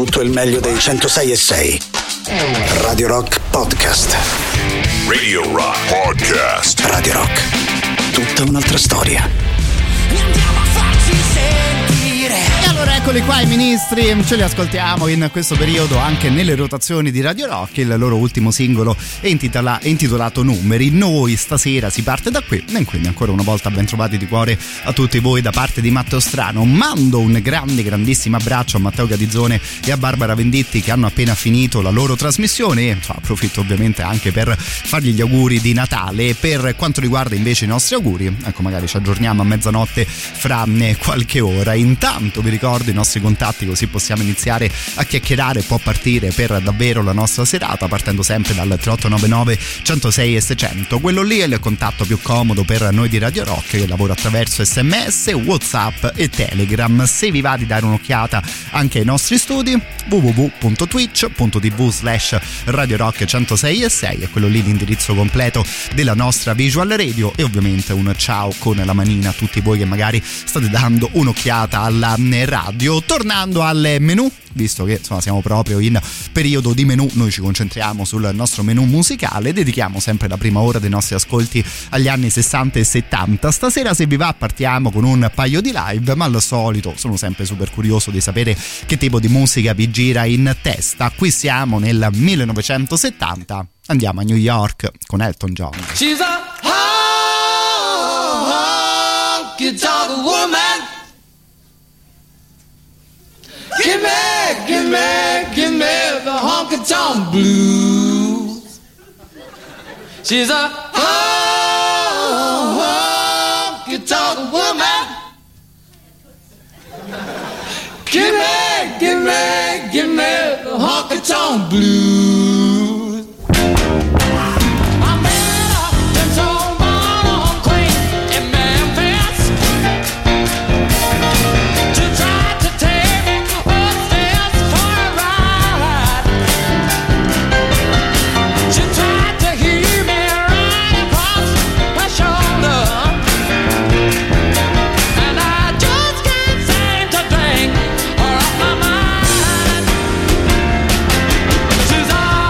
tutto il meglio dei 106.6. Radio Rock Podcast. Radio Rock Podcast. Radio Rock. Tutta un'altra storia. Andiamo a farci sentire. E allora eccoli qua i ministri, ce li ascoltiamo in questo periodo anche nelle rotazioni di Radio Rock. Il loro ultimo singolo è intitolato Numeri. Noi stasera si parte da qui e quindi ancora una volta ben trovati di cuore a tutti voi da parte di Matteo Strano. Mando un grandissimo abbraccio a Matteo Gadizzone e a Barbara Venditti che hanno appena finito la loro trasmissione e approfitto ovviamente anche per fargli gli auguri di Natale. Per quanto riguarda invece i nostri auguri, ecco, magari ci aggiorniamo a mezzanotte fra qualche ora. Intanto vi ricordo i nostri contatti, così possiamo iniziare a chiacchierare. Può partire per davvero la nostra serata partendo sempre dal 3899 106 e 600. Quello lì è il contatto più comodo per noi di Radio Rock, che lavora attraverso SMS, WhatsApp e Telegram. Se vi va di dare un'occhiata anche ai nostri studi, www.twitch.tv/Radio Rock 106 e 6 è quello lì l'indirizzo completo della nostra visual radio. E ovviamente un ciao con la manina a tutti voi che magari state dando un'occhiata alla radio. Tornando al menù, visto che insomma siamo proprio in periodo di menù, noi ci concentriamo sul nostro menù musicale, dedichiamo sempre la prima ora dei nostri ascolti agli anni 60 e 70. Stasera, se vi va, partiamo con un paio di live, ma al solito sono sempre super curioso di sapere che tipo di musica vi gira in testa. Qui siamo nel 1970, andiamo a New York con Elton John. She's a honky-tonk woman. Give me the honky-tonk blues. She's a honky-tonk woman. Give me the honky-tonk blues. I met a gentle model queen in Memphis to try to take me upstairs for a ride. She tried to heave me right across her shoulder, and I just can't seem to drink her off my mind. She's a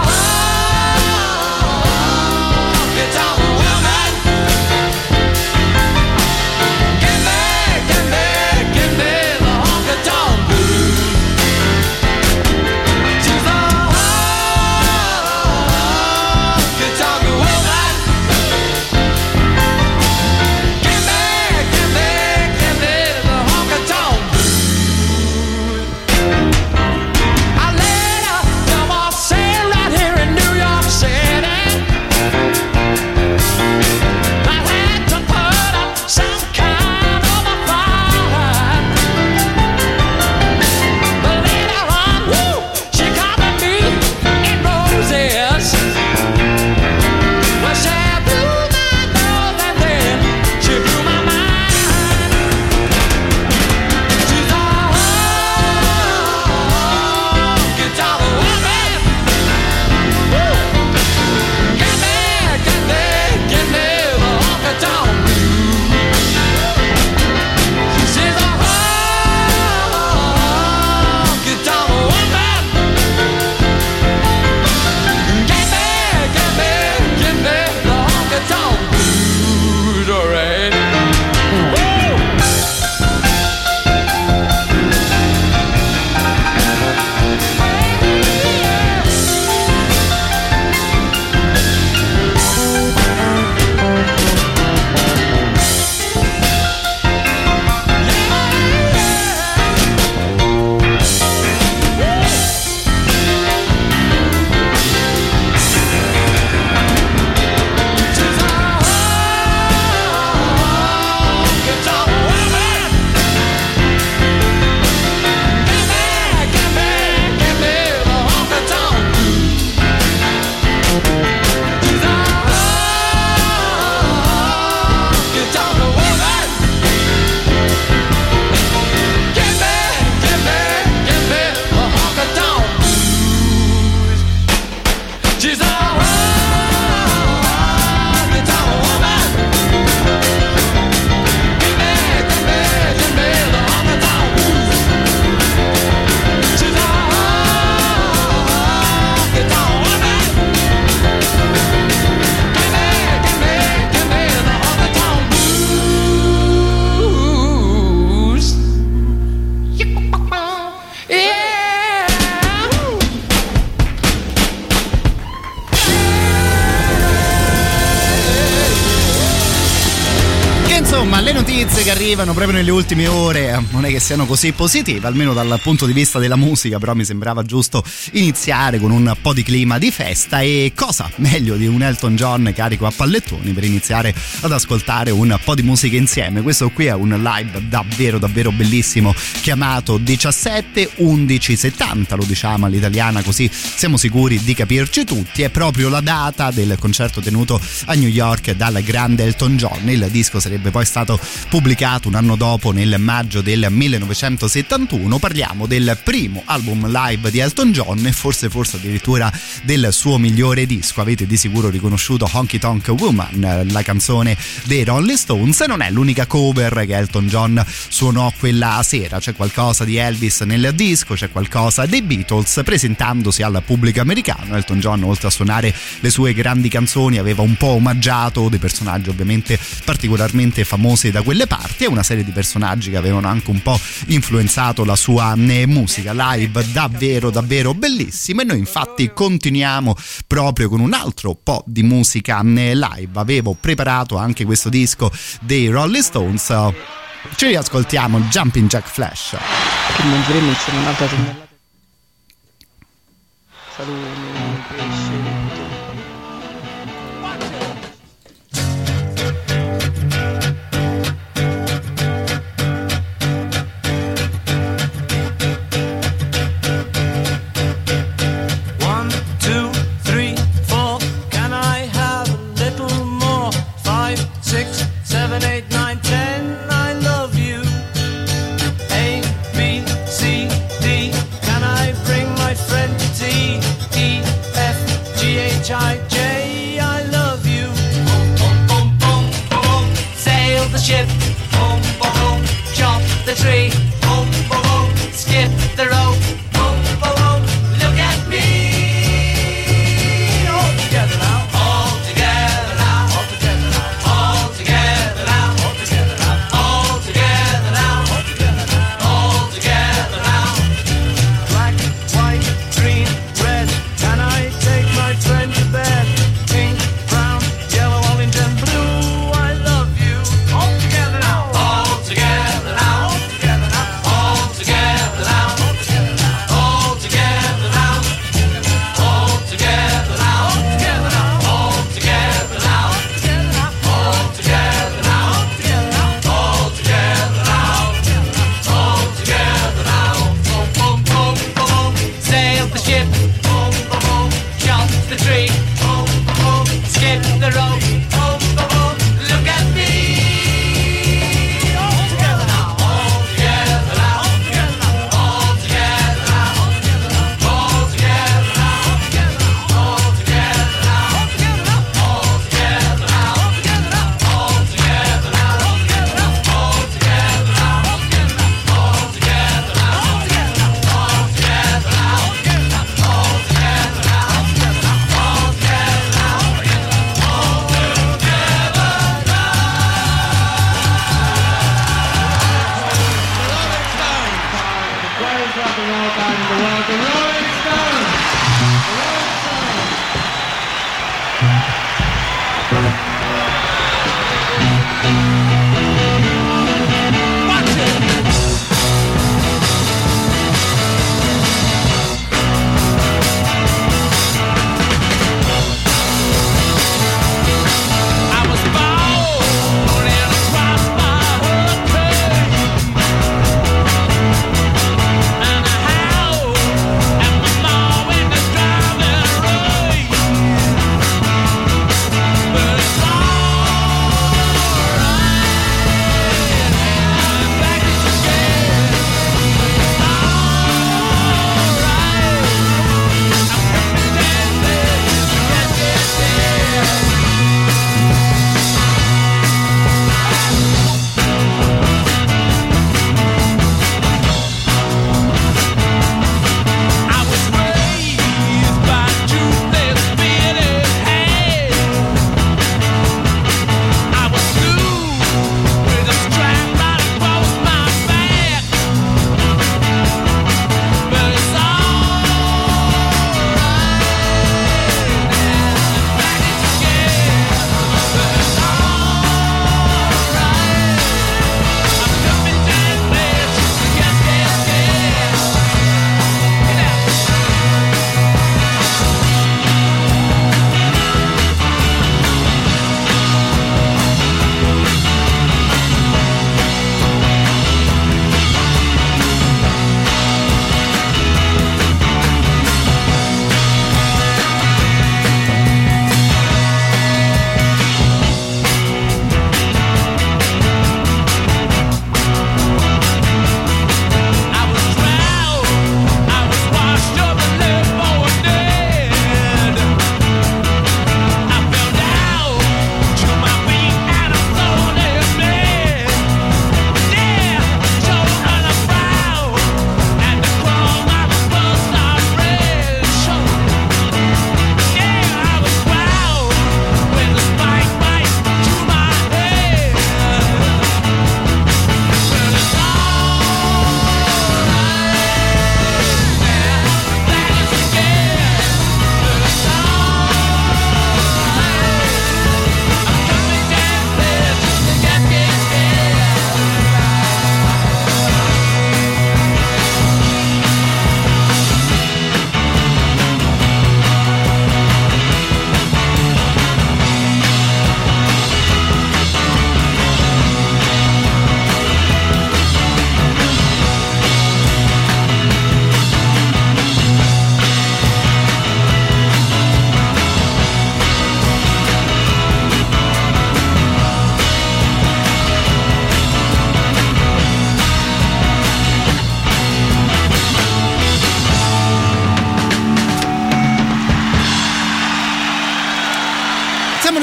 Insomma, le notizie che arrivano proprio nelle ultime ore non è che siano così positive, almeno dal punto di vista della musica, però mi sembrava giusto iniziare con un po' di clima di festa, e cosa meglio di un Elton John carico a pallettoni per iniziare ad ascoltare un po' di musica insieme. Questo qui è un live davvero davvero bellissimo chiamato 17-11-70, lo diciamo all'italiana così siamo sicuri di capirci tutti. È proprio la data del concerto tenuto a New York dal grande Elton John. Il disco sarebbe poi stato pubblicato un anno dopo, nel maggio del 1971. Parliamo del primo album live di Elton John e forse addirittura del suo migliore disco. Avete di sicuro riconosciuto Honky Tonk Woman, la canzone dei Rolling Stones, e non è l'unica cover che Elton John suonò quella sera. C'è qualcosa di Elvis nel disco, c'è qualcosa dei Beatles. Presentandosi al pubblico americano, Elton John, oltre a suonare le sue grandi canzoni, aveva un po' omaggiato dei personaggi ovviamente particolarmente famosi da quelle parti, e una serie di personaggi che avevano anche un po' influenzato la sua musica. Live davvero davvero bellissimo, e noi infatti continuiamo proprio con un altro po' di musica live. Avevo preparato anche questo disco dei Rolling Stones, ci riascoltiamo Jumping Jack Flash. Che mangeremo insieme un'altra tonnellata. Salumi, pesce. Friend to tea,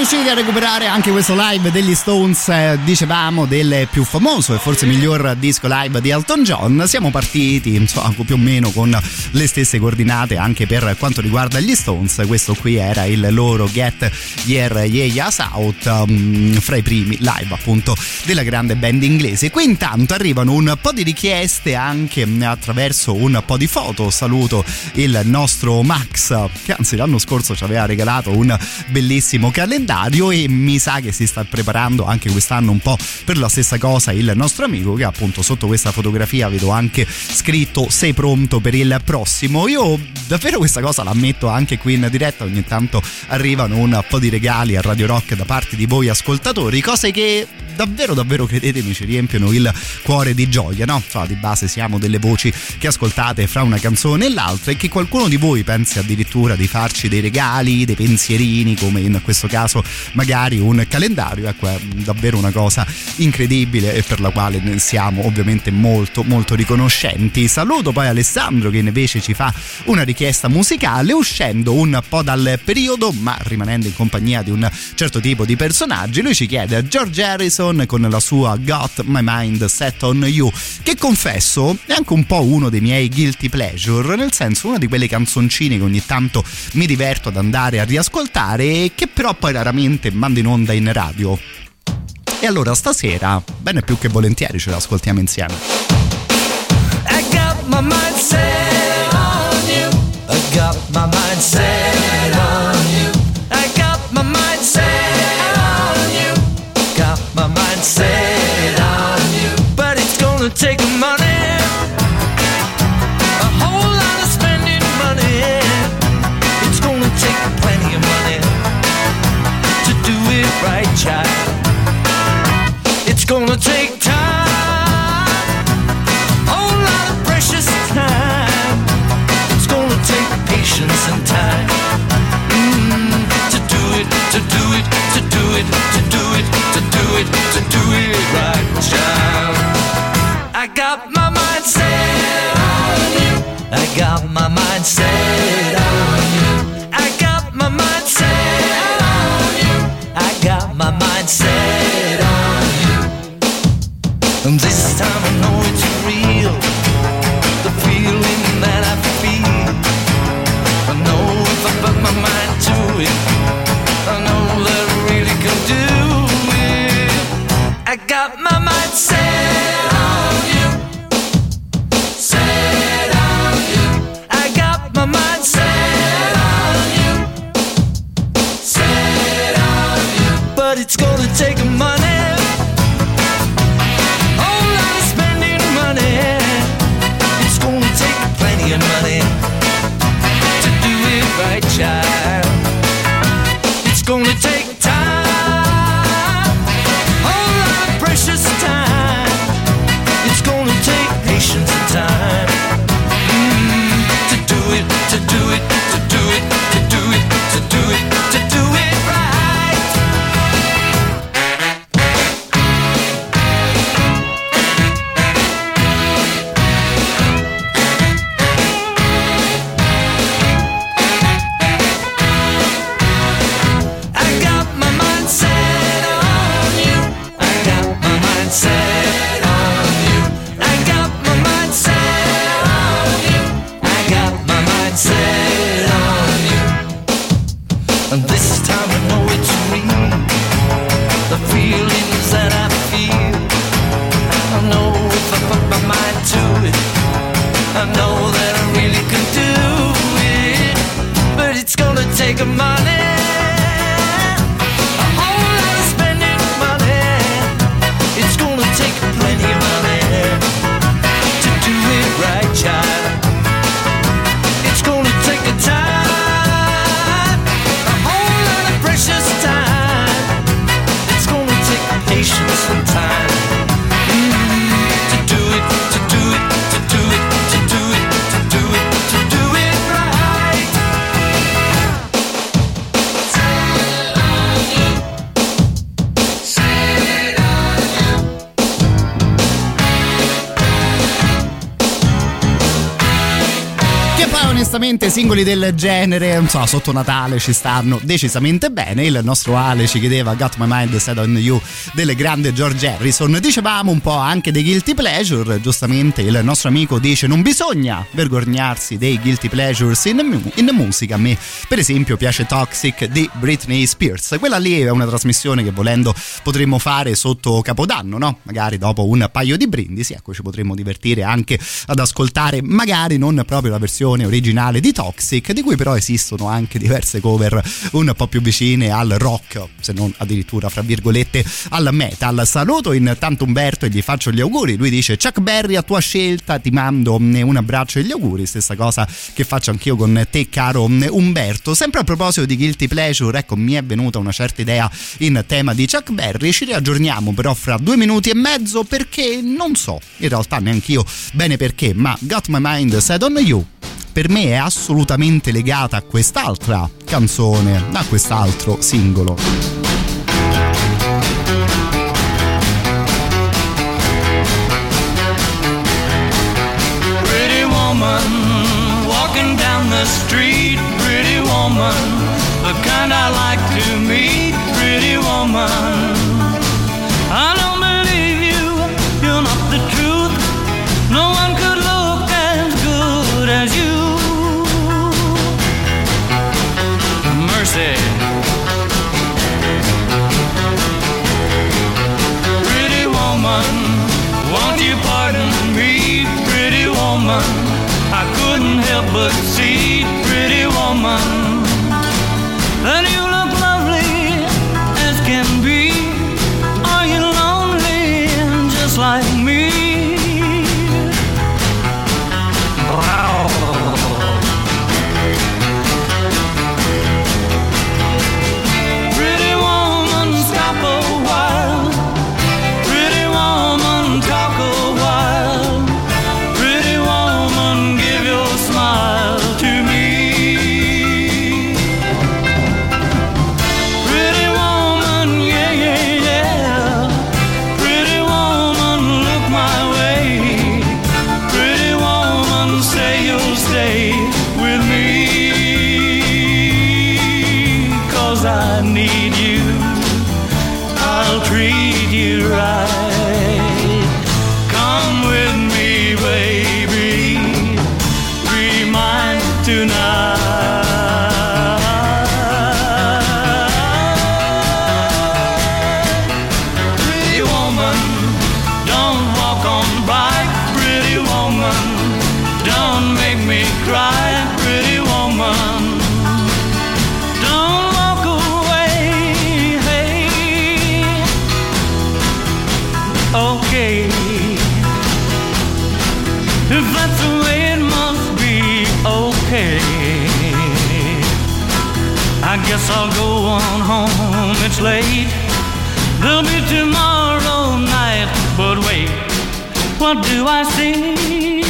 riusciti a recuperare anche questo live degli Stones, dicevamo del più famoso e forse miglior disco live di Elton John. Siamo partiti insomma più o meno con le stesse coordinate anche per quanto riguarda gli Stones. Questo qui era il loro Get Your Years Out, fra i primi live appunto della grande band inglese. Qui intanto arrivano un po' di richieste anche attraverso un po' di foto. Saluto il nostro Max, che anzi l'anno scorso ci aveva regalato un bellissimo calendario, e mi sa che si sta preparando anche quest'anno un po' per la stessa cosa il nostro amico, che appunto sotto questa fotografia vedo anche scritto sei pronto per il prossimo. Io davvero questa cosa la ammetto anche qui in diretta, ogni tanto arrivano un po' di regali a Radio Rock da parte di voi ascoltatori, cose che davvero credetemi ci riempiono il cuore di gioia, no? Cioè, di base siamo delle voci che ascoltate fra una canzone e l'altra, e che qualcuno di voi pensi addirittura di farci dei regali, dei pensierini, come in questo caso magari un calendario, ecco, è davvero una cosa incredibile e per la quale ne siamo ovviamente molto riconoscenti. Saluto poi Alessandro, che invece ci fa una richiesta musicale uscendo un po' dal periodo ma rimanendo in compagnia di un certo tipo di personaggi. Lui ci chiede George Harrison con la sua Got My Mind Set On You, che confesso è anche un po' uno dei miei guilty pleasure, nel senso una di quelle canzoncine che ogni tanto mi diverto ad andare a riascoltare e che però poi raramente mando in onda in radio. E allora stasera bene più che volentieri ce l'ascoltiamo insieme. I got my mind set on you. I got my mind set on you. I got my mind set on you. Got my mind set on you. But it's gonna take money, a whole lot of spending money. It's gonna take plenty of money to do it right, child. It's gonna take time, whole lot of precious time. It's gonna take patience and time to do it, to do it, to do it, to do it, to do it, to do it right, child. I got my mind set on you. I got my mind set on you. I got my mind set on you. I got my mind set on you. And this time I know it's real, the feeling that I feel. I know if I put my mind to it, I know that I really can do it. I got my mind set on you, set on you. I got my mind set on you, set on you. But it's gonna take money, money to do it right, child. It's gonna take time, whole lot of precious time. It's gonna take patience and time to do it, to do it, to do it, to do it, to do it, to do it right. poi onestamente singoli del genere, non so, sotto Natale ci stanno decisamente bene. Il nostro Ale ci chiedeva Got My Mind Set On You del grande George Harrison. Dicevamo un po' anche dei guilty pleasure. Giustamente il nostro amico dice non bisogna vergognarsi dei guilty pleasures in musica. A me per esempio piace Toxic di Britney Spears. Quella lì è una trasmissione che volendo potremmo fare sotto Capodanno, no? Magari dopo un paio di brindisi, ecco, ci potremmo divertire anche ad ascoltare magari non proprio la versione originale di Toxic, di cui però esistono anche diverse cover un po' più vicine al rock, se non addirittura fra virgolette al metal. Saluto intanto Umberto e gli faccio gli auguri. Lui dice Chuck Berry a tua scelta, ti mando un abbraccio e gli auguri, stessa cosa che faccio anch'io con te caro Umberto. Sempre a proposito di guilty pleasure, ecco, mi è venuta una certa idea in tema di Chuck Berry. Ci riaggiorniamo però fra 2 minuti e mezzo, perché non so in realtà neanch'io bene perché, ma Got My Mind Set On You per me è assolutamente legata a quest'altra canzone, a quest'altro singolo. Pretty woman walking down the street, pretty woman, the kind I like to meet, pretty woman. I don't believe you, you're not the truth. No one could look as good as you. Mercy. Pretty woman, won't you pardon me, pretty woman? I couldn't help but see, pretty woman, that you look lovely as can be. Are you lonely just like me? Pretty woman, stop a while. Pretty woman, talk a while. Pretty woman, give your smile to me. Pretty woman, yeah, yeah, yeah. Pretty woman, look my way. Pretty woman, say you'll stay with me. 'Cause I need you, I'll treat you right. Come with me, baby, be mine tonight. Pretty woman, don't walk on by. Pretty woman, don't make me cry. Pretty woman, don't walk away. Hey, okay, if that's the way it must be, okay. I guess I'll go on home, it's late. There'll be tomorrow night, but wait, what do I see?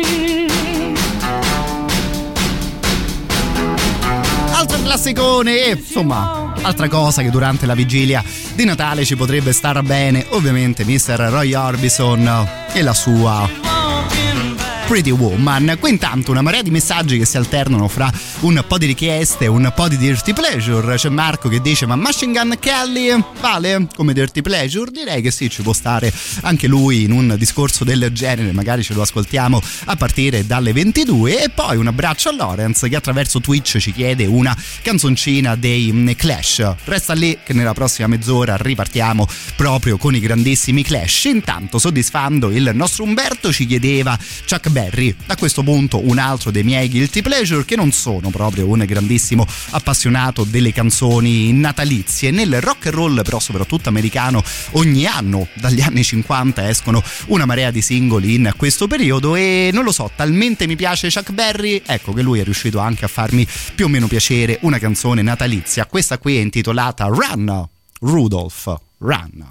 Altro classicone e insomma altra cosa che durante la vigilia di Natale ci potrebbe star bene, ovviamente Mr. Roy Orbison e la sua Pretty Woman. Qui intanto una marea di messaggi che si alternano fra un po' di richieste e un po' di dirty pleasure. C'è Marco che dice ma Machine Gun Kelly vale come dirty pleasure? Direi che sì, ci può stare anche lui in un discorso del genere, magari ce lo ascoltiamo a partire dalle 22. E poi un abbraccio a Lorenz che attraverso Twitch ci chiede una canzoncina dei Clash. Resta lì che nella prossima mezz'ora ripartiamo proprio con i grandissimi Clash. Intanto, soddisfando il nostro Umberto, ci chiedeva Chuck Berry. A questo punto un altro dei miei guilty pleasure, che non sono proprio un grandissimo appassionato delle canzoni natalizie. Nel rock and roll però soprattutto americano ogni anno dagli anni 50 escono una marea di singoli in questo periodo e non lo so, talmente mi piace Chuck Berry, ecco che lui è riuscito anche a farmi più o meno piacere una canzone natalizia. Questa qui è intitolata Run Rudolph Run.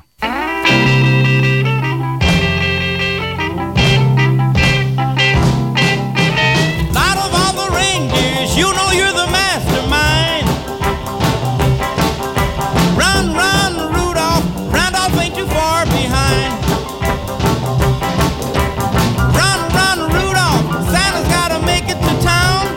You know you're the mastermind. Run, run, Rudolph. Randolph ain't too far behind. Run, run, Rudolph. Santa's gotta make it to town.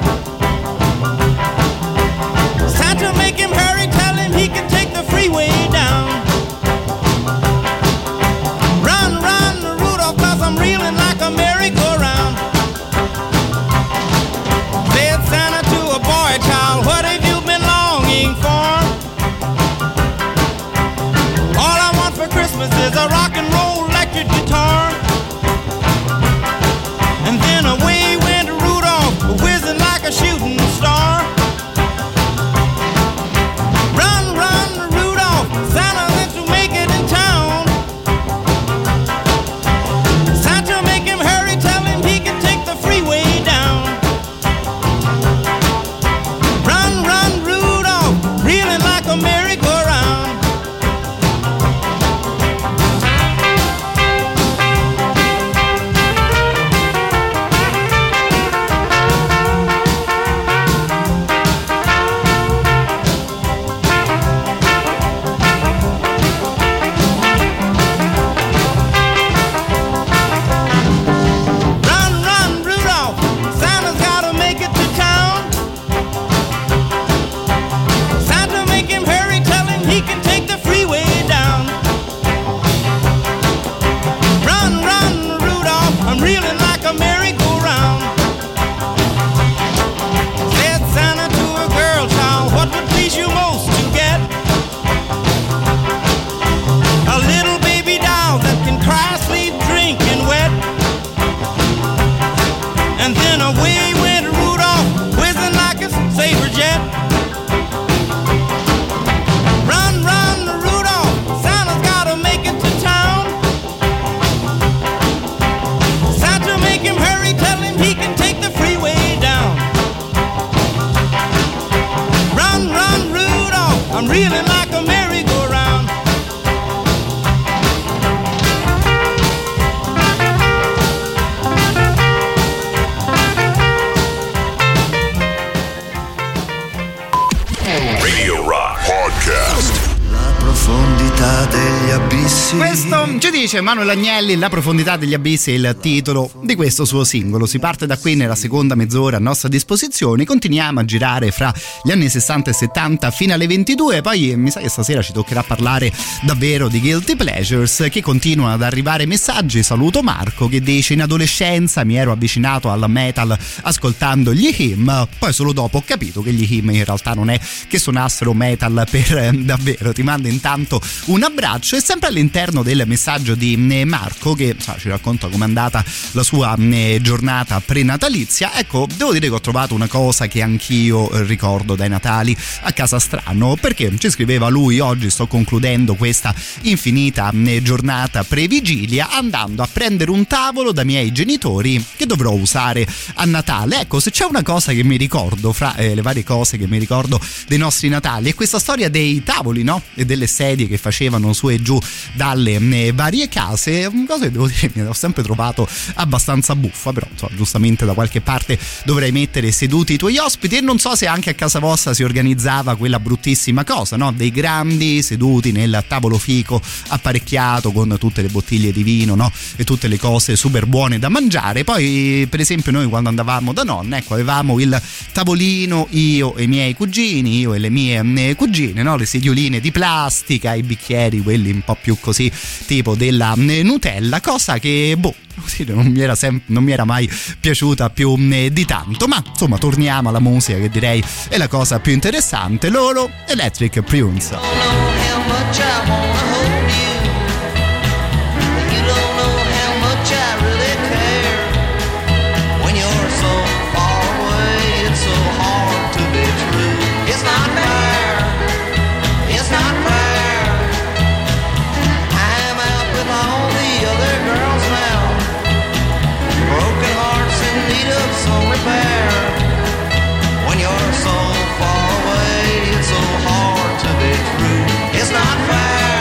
shooting star. Run, run, Rudolph, Santa wants to make it in town. Santa, make him hurry, tell him he can take the freeway down. Run, run, Rudolph, reeling like a merry-go-round. Run, run, Rudolph, Santa's gotta make it to town. Santa, make him hurry, tell him he can take the freeway down. Run, run, Rudolph, I'm reeling like a merry-go-round. Said Santa to a girl child, what would please you most to get? A little baby doll that can cry, sleep, drink, and wet. And then away went Rudolph, whizzing like a saber jet. Run, run, Rudolph, Santa's gotta make it to town. Santa, make him hurry, tell him he can take the freeway down. Run, run, Rudolph, I'm reeling like a merry-go-round. Radio Rock Podcast. La profondità degli abissi. Questo ci dice Emanuele Agnelli, La profondità degli abissi è il titolo di questo suo singolo. Si parte da qui nella seconda mezz'ora a nostra disposizione, continuiamo a girare fra gli anni 60 e 70 fino alle 22, poi mi sa che stasera ci toccherà parlare davvero di Guilty Pleasures, che continuano ad arrivare messaggi. Saluto Marco che dice: in adolescenza mi ero avvicinato al metal ascoltando gli Him, poi solo dopo ho capito che gli Him in realtà non è che suonassero metal per davvero. Ti mando intanto un abbraccio. E sempre all'interno del messaggio di Marco, che ci racconta com'è andata la sua giornata prenatalizia, ecco, devo dire che ho trovato una cosa che anch'io ricordo dai Natali a casa Strano, perché ci scriveva lui: oggi sto concludendo questa infinita giornata pre-vigilia andando a prendere un tavolo da miei genitori che dovrò usare a Natale. Ecco, se c'è una cosa che mi ricordo fra le varie cose che mi ricordo dei nostri Natali è questa storia dei tavoli, no? E delle sedie che facevano su e giù dalle varie case, cosa che devo dire mi ho sempre trovato abbastanza buffa, però insomma, giustamente da qualche parte dovrei mettere seduti i tuoi ospiti. E non so se anche a casa vostra si organizzava quella bruttissima cosa, no? Dei grandi seduti nel tavolo fico apparecchiato con tutte le bottiglie di vino, no? E tutte le cose super buone da mangiare. Poi per esempio noi quando andavamo da nonna, ecco, avevamo il tavolino, io e i miei cugini, io e le mie cugine, no? Le sedioline di plastica, i bicchieri quelli un po' più così tipo della Nutella, cosa che non mi era mai piaciuta più di tanto. Ma insomma, torniamo alla musica, che direi è la cosa più interessante. Loro, Electric Prunes. When you're so far away, it's so hard to be true. It's not fair.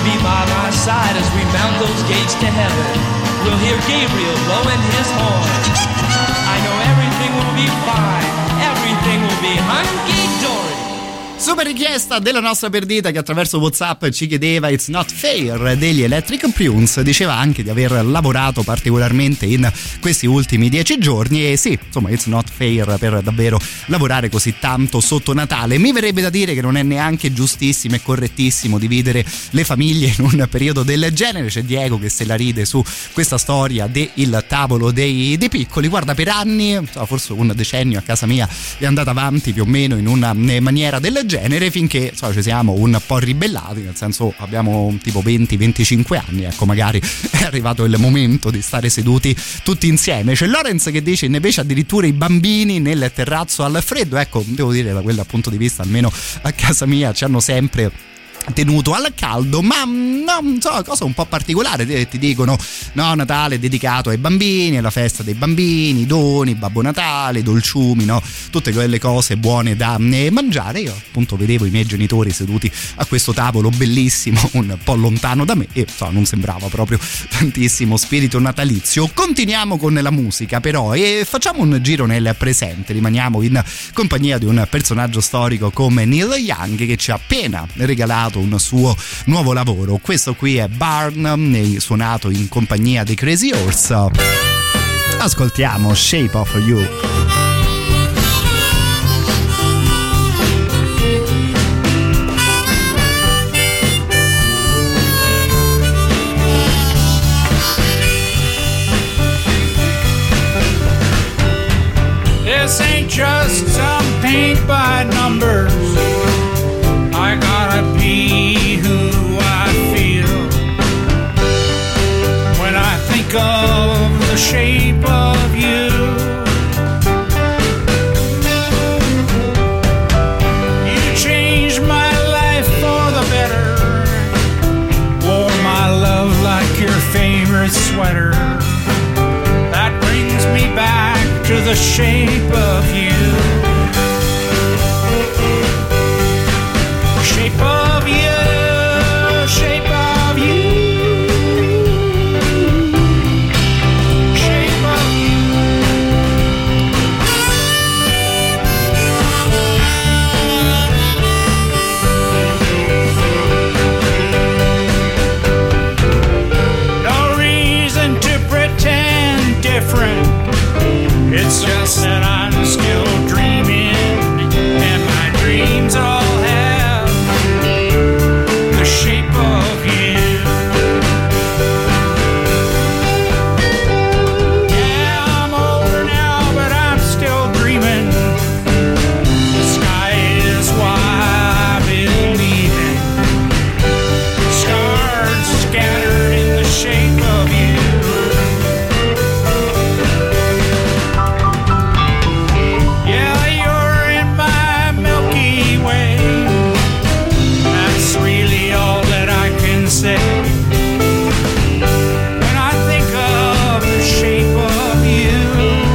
be by my side as we mount those gates to heaven. We'll hear Gabriel blowing his horn. I know everything will be fine, everything will be hunky-dory. Super richiesta della nostra perdita che attraverso WhatsApp ci chiedeva It's Not Fair degli Electric Prunes. Diceva anche di aver lavorato particolarmente in questi ultimi 10 giorni e sì, insomma It's Not Fair per davvero lavorare così tanto sotto Natale. Mi verrebbe da dire che non è neanche giustissimo e correttissimo dividere le famiglie in un periodo del genere. C'è Diego che se la ride su questa storia del tavolo dei piccoli. Guarda, per anni, forse un decennio a casa mia è andata avanti più o meno in una maniera del genere finché ci siamo un po' ribellati, nel senso abbiamo tipo 20-25 anni, ecco, magari è arrivato il momento di stare seduti tutti insieme. C'è Lorenz che dice invece addirittura i bambini nel terrazzo al freddo. Ecco, devo dire da quel punto di vista almeno a casa mia ci hanno sempre tenuto al caldo, ma non so, cosa un po' particolare. Ti dicono no, Natale è dedicato ai bambini, è la festa dei bambini, doni, Babbo Natale, dolciumi, no, tutte quelle cose buone da mangiare. Io appunto vedevo i miei genitori seduti a questo tavolo bellissimo un po' lontano da me e non sembrava proprio tantissimo spirito natalizio. Continuiamo con la musica però e facciamo un giro nel presente. Rimaniamo in compagnia di un personaggio storico come Neil Young che ci ha appena regalato un suo nuovo lavoro. Questo qui è Barn, suonato in compagnia dei Crazy Horse. Ascoltiamo Shape of You. This ain't just some paint by numbers. I gotta be who I feel when I think of the shape of you. You changed my life for the better, wore my love like your favorite sweater. That brings me back to the shape of you. Shape of you, shape of you, shape of you. No reason to pretend different. It's just that I'm still dreaming, and my dreams all have the shape of you. Yeah, I'm older now, but I'm still dreaming. The sky is why I believe in. Stars scattered in the shape of you. Yeah, you're in my Milky Way. That's really all that I can say when I think of the shape of you.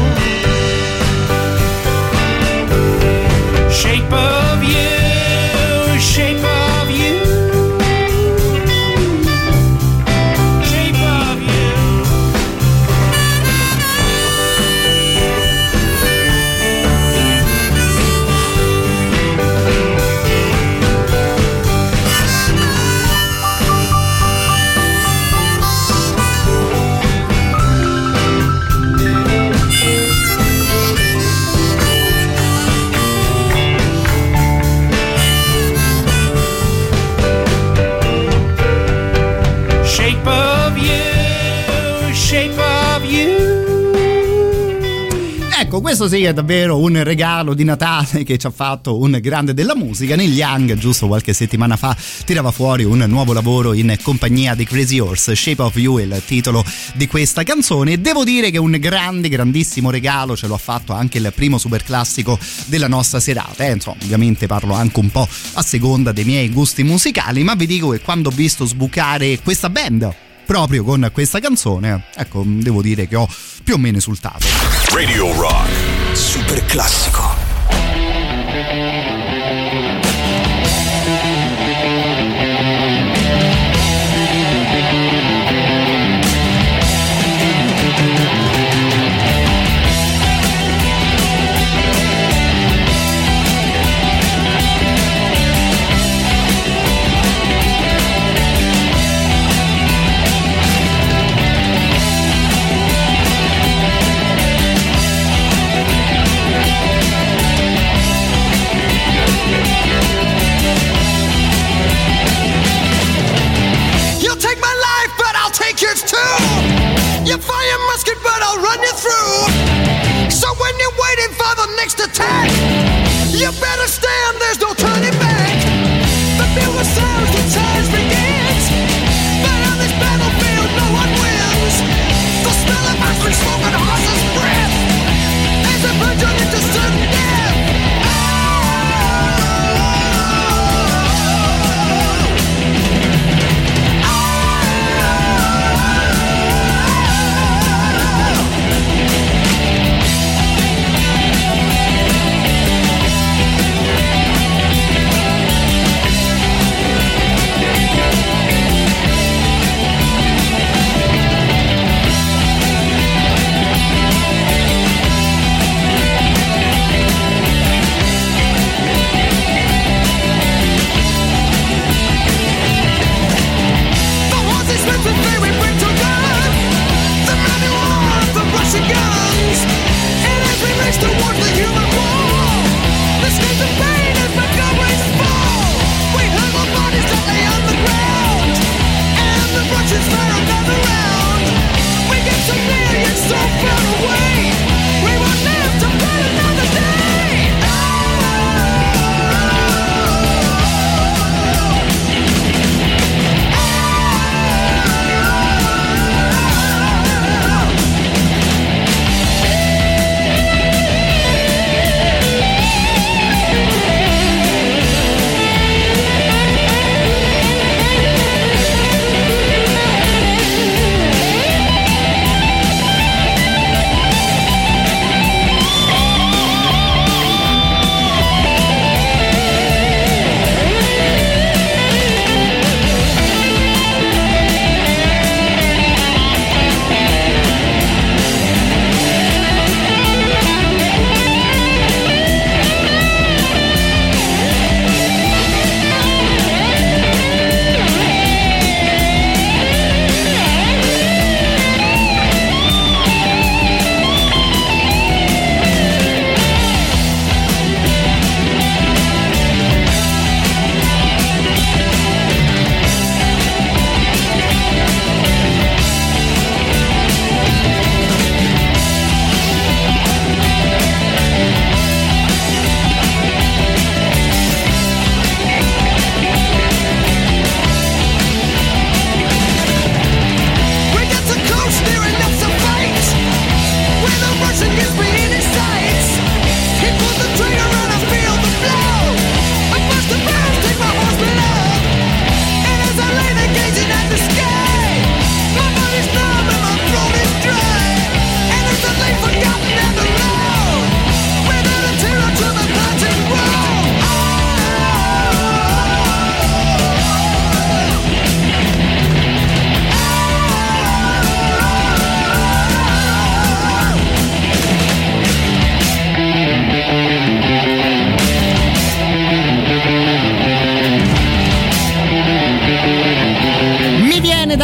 Shape of you, shape of you, shape of you. Shape of you, shape of you. Ecco, questo sì è davvero un regalo di Natale che ci ha fatto un grande della musica. Neil Young giusto qualche settimana fa tirava fuori un nuovo lavoro in compagnia di Crazy Horse. Shape of You è il titolo di questa canzone e devo dire che un grandissimo regalo ce lo ha fatto anche il primo super classico della nostra serata. Insomma, ovviamente parlo anche un po' a seconda dei miei gusti musicali, ma vi dico che quando ho visto sbucare questa band proprio con questa canzone, ecco, devo dire che ho più o meno esultato. Radio Rock. Super classico.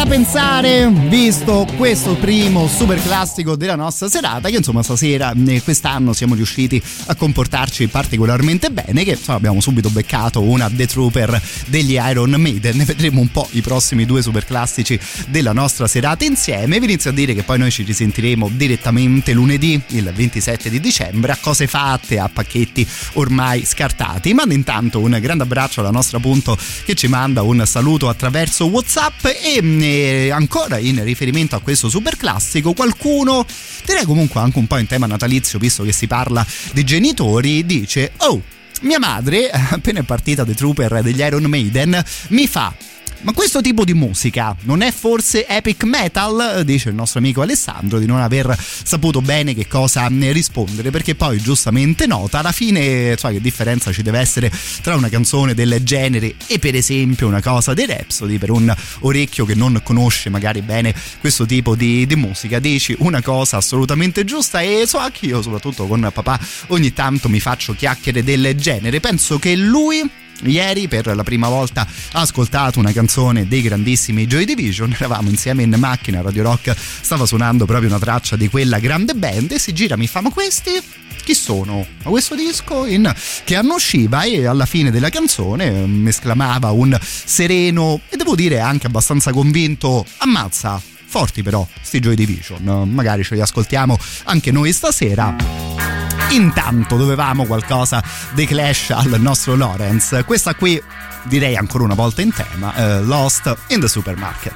pensare, visto questo primo super classico della nostra serata, che insomma stasera, quest'anno siamo riusciti a comportarci particolarmente bene, che insomma, abbiamo subito beccato una The Trooper degli Iron Maiden. Vedremo un po' i prossimi due super classici della nostra serata insieme. Vi inizio a dire che poi noi ci risentiremo direttamente lunedì, il 27 di dicembre, a cose fatte, a pacchetti ormai scartati. Mando intanto un grande abbraccio alla nostra Punto, che ci manda un saluto attraverso WhatsApp. E ancora in riferimento a questo super classico, qualcuno, direi comunque anche un po' in tema natalizio, visto che si parla di genitori, dice: oh, mia madre, appena è partita The Trooper degli Iron Maiden, mi fa: ma questo tipo di musica non è forse epic metal? Dice il nostro amico Alessandro, di non aver saputo bene che cosa rispondere, perché poi giustamente nota alla fine, so, che differenza ci deve essere tra una canzone del genere e per esempio una cosa dei Rhapsody, per un orecchio che non conosce magari bene questo tipo di musica. Dici una cosa assolutamente giusta, e so anche io, soprattutto con papà, ogni tanto mi faccio chiacchiere del genere. Penso che lui ieri per la prima volta ha ascoltato una canzone dei grandissimi Joy Division. Eravamo insieme in macchina, Radio Rock stava suonando proprio una traccia di quella grande band, e si gira e mi fa: ma questi chi sono? Ma questo disco in che anno usciva? E alla fine della canzone mi esclamava un sereno e devo dire anche abbastanza convinto: ammazza, forti però sti Joy Division, magari ce li ascoltiamo anche noi stasera. Intanto dovevamo qualcosa dei Clash al nostro Lawrence. Questa qui direi ancora una volta in tema, Lost in the Supermarket.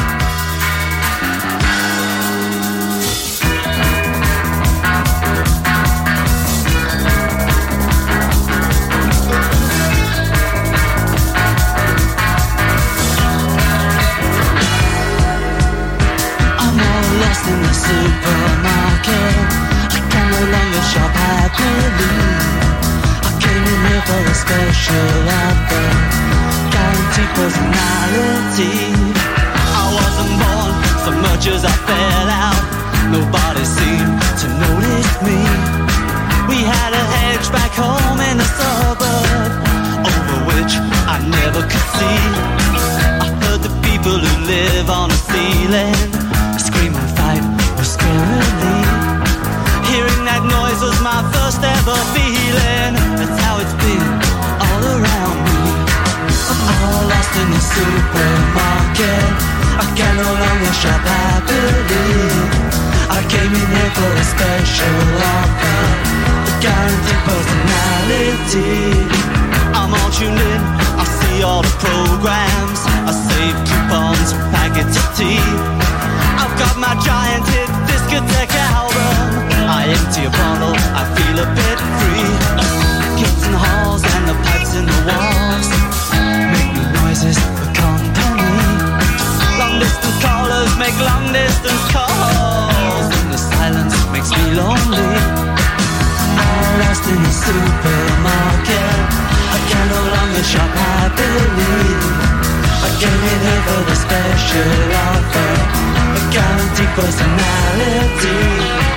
I'm all lost in the supermarket. No longer shop happily. I came in here for a special offer, guaranteed personality. I wasn't born so much as I fell out. Nobody seemed to notice me. We had a hedge back home in the suburb, over which I never could see. I heard the people who live on the ceiling scream and fight scarily. Hearing that noise was my first ever feeling. That's how it's been all around me. I'm all lost in the supermarket. I can no longer shop happily. I came in here for a special offer, a guaranteed personality. I'm all tuned in, I see all the programs, I save coupons, packets of tea. I've got my giant hit discotheque album. I empty a bottle, I feel a bit free. Kids in the halls and the pipes in the walls make me noises for company. Long distance callers make long distance calls, and the silence makes me lonely. I'm lost in the supermarket. I can no longer shop happily. I came in here for the special offer, a guaranteed personality.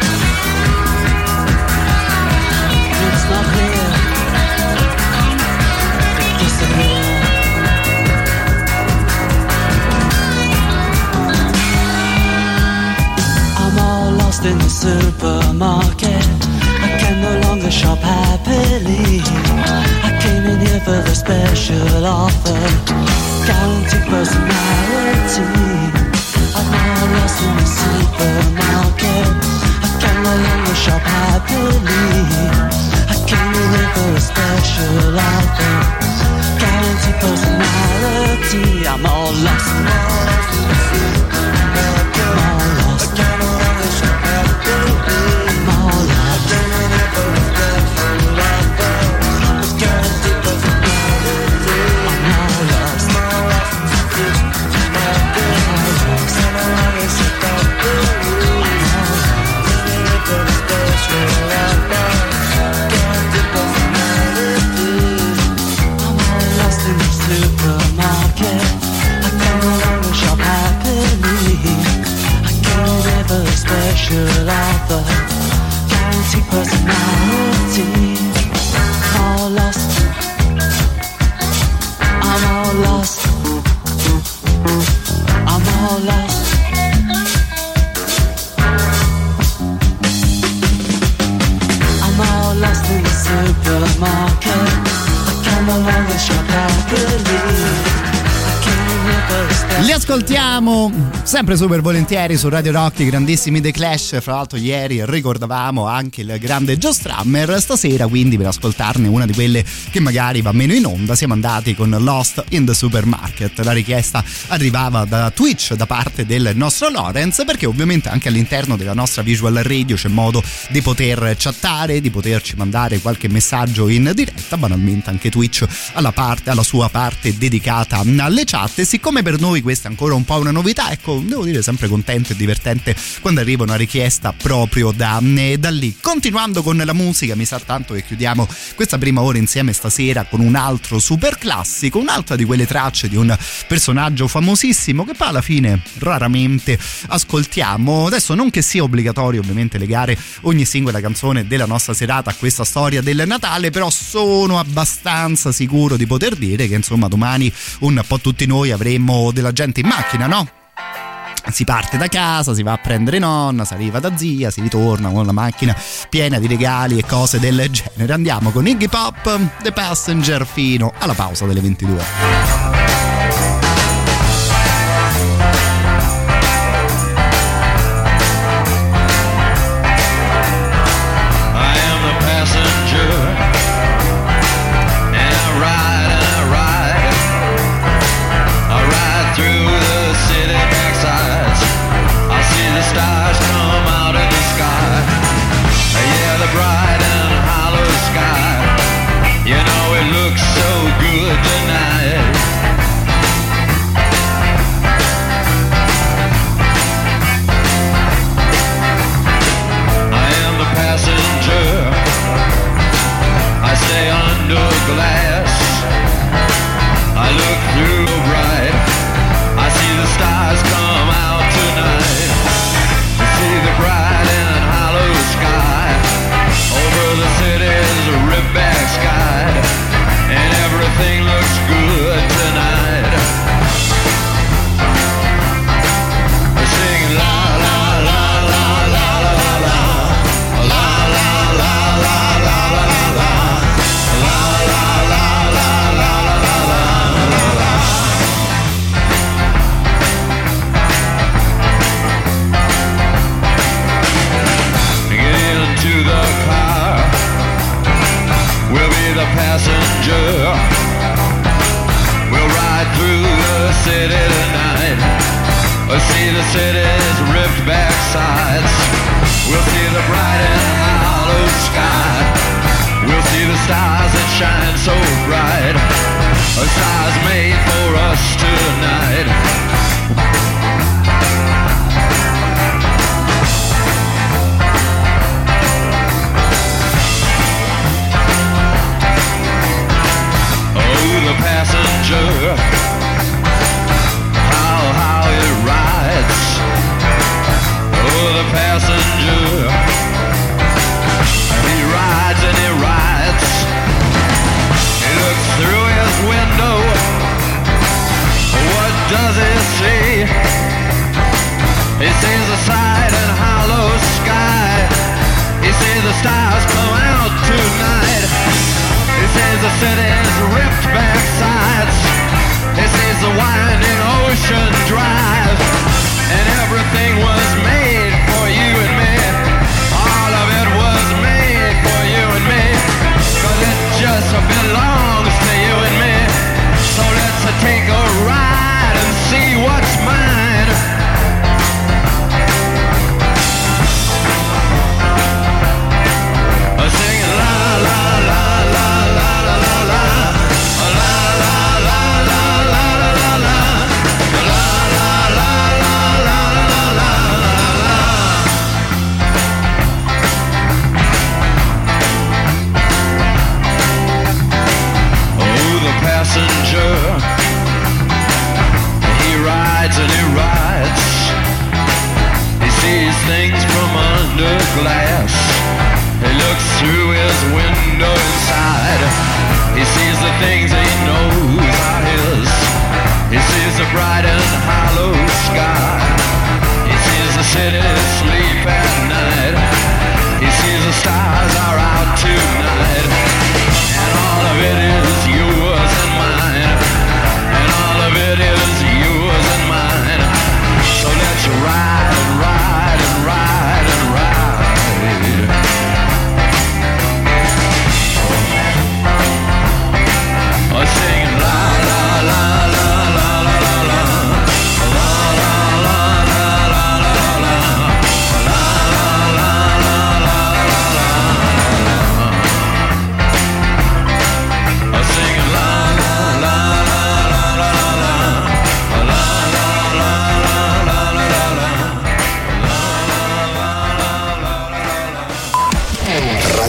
It's not here, it disappeared. I'm all lost in the supermarket. I can no longer shop happily. I came in here for the special offer, guaranteed personality. I'm all lost in the supermarket. I can no longer shop happily. I came in here for a special offer, guaranteed personality. I'm all lost. I'm all lost in the supermarket. I'm all lost. I can no longer shop happily. I'm all lost. I came in here for a special offer, a guaranteed personality. I'm all lost. I'm all lost in the supermarket. I'm all lost. I can no longer shop happily. I'm all lost. I came in here for a special offer. In the supermarket, I can no longer shop happily. I can't ever a special offer, guaranteed personality. I'm all lost. I'm all lost. I'm all Li ascoltiamo sempre super volentieri su Radio Rock, i grandissimi The Clash. Fra l'altro ieri ricordavamo anche il grande Joe Strummer. Stasera quindi, per ascoltarne una di quelle che magari va meno in onda, siamo andati con Lost in the Supermarket. La richiesta arrivava da Twitch da parte del nostro Lorenz, perché ovviamente anche all'interno della nostra Visual Radio c'è modo di poter chattare, di poterci mandare qualche messaggio in diretta. Banalmente anche Twitch alla sua parte dedicata alle chat. E siccome per noi questa è ancora un po' una novità, ecco, devo dire sempre contento e divertente quando arriva una richiesta proprio da lì. Continuando con la musica, mi sa tanto che chiudiamo questa prima ora insieme stasera con un altro super classico, un'altra di quelle tracce di un personaggio famosissimo che poi alla fine raramente ascoltiamo. Adesso non che sia obbligatorio ovviamente legare ogni singola canzone della nostra serata a questa storia del Natale, però sono abbastanza sicuro di poter dire che insomma domani un po' tutti noi avremo della gente in macchina, no? Si parte da casa, si va a prendere nonna, si arriva da zia, si ritorna con la macchina piena di regali e cose del genere. Andiamo con Iggy Pop, The Passenger, fino alla pausa delle 22. It is yours and mine.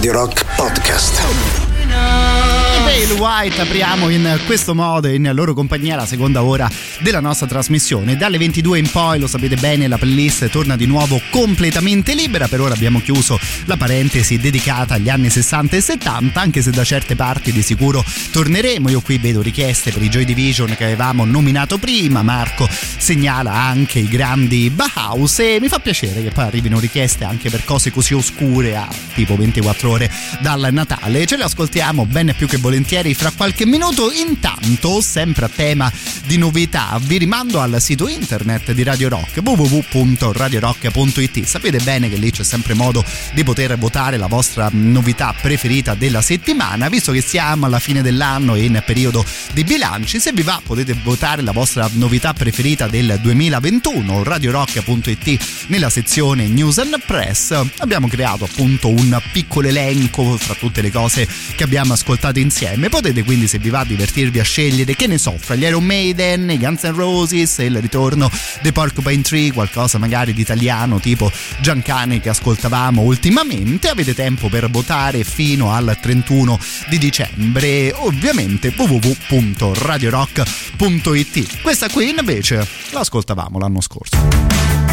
Radio Rock Podcast. Pale White apriamo in questo modo in loro compagnia la seconda ora della nostra trasmissione. Dalle 22 in poi, lo sapete bene, la playlist torna di nuovo completamente libera. Per ora abbiamo chiuso la parentesi dedicata agli anni 60 e 70, anche se da certe parti di sicuro torneremo. Io qui vedo richieste per i Joy Division che avevamo nominato prima, Marco segnala anche i grandi Bauhaus e mi fa piacere che poi arrivino richieste anche per cose così oscure a tipo 24 ore dal Natale. Ce le ascoltiamo bene più che volentieri fra qualche minuto. Intanto, sempre a tema di novità, vi rimando al sito internet di Radio Rock, www.radiorock.it. Sapete bene che lì c'è sempre modo di poter votare la vostra novità preferita della settimana. Visto che siamo alla fine dell'anno e in periodo di bilanci, se vi va potete votare la vostra novità preferita del 2021. radiorock.it, nella sezione News and Press abbiamo creato appunto un piccolo elenco fra tutte le cose che abbiamo ascoltato insieme. Potete quindi, se vi va, divertirvi a scegliere, che ne so, fra gli Iron Maiden, i Guns N' Roses e il ritorno dei Porcupine Tree, qualcosa magari di italiano tipo Giancane che ascoltavamo ultimamente. Avete tempo per votare fino al 31 di dicembre, ovviamente www.radiorock.it. Questa qui invece l'ascoltavamo l'anno scorso.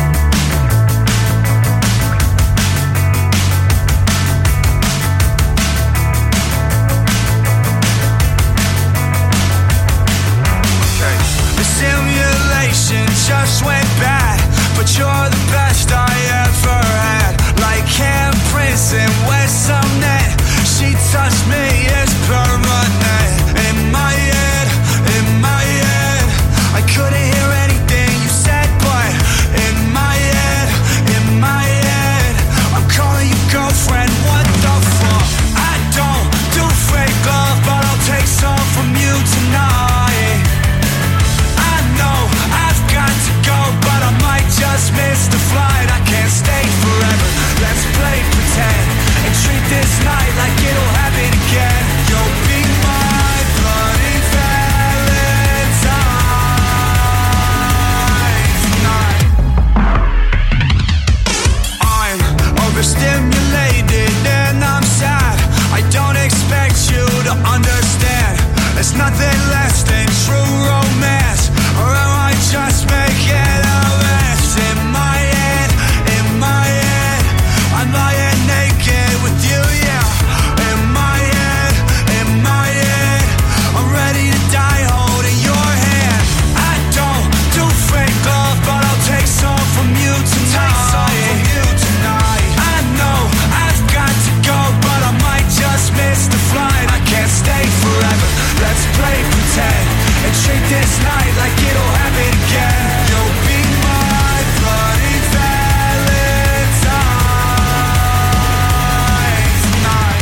Just went bad, but you're the best I ever had. Like handprints in West Summit, she touched me, it's permanent. In my head, I couldn't hear anything you said, but in my head, I'm calling you girlfriend, what the fuck? I don't do fake love, but I'll take some from you tonight. I know I've got to go, but I might just miss the flight. I can't stay forever, let's play pretend and treat this night like it'll happen again. You'll be my bloody Valentine tonight. I'm overstimulated and I'm sad. I don't expect you to understand. There's nothing less than true romance, or am I just making a mess? In my head, I'm lying naked with you, yeah. In my head, I'm ready to die holding your hand. I don't do fake love, but I'll take some from you tonight. I know I've got to go, but I might just miss the flight. I can't stay forever, let's play pretend and treat this night like it'll happen again. You'll be my bloody Valentine tonight.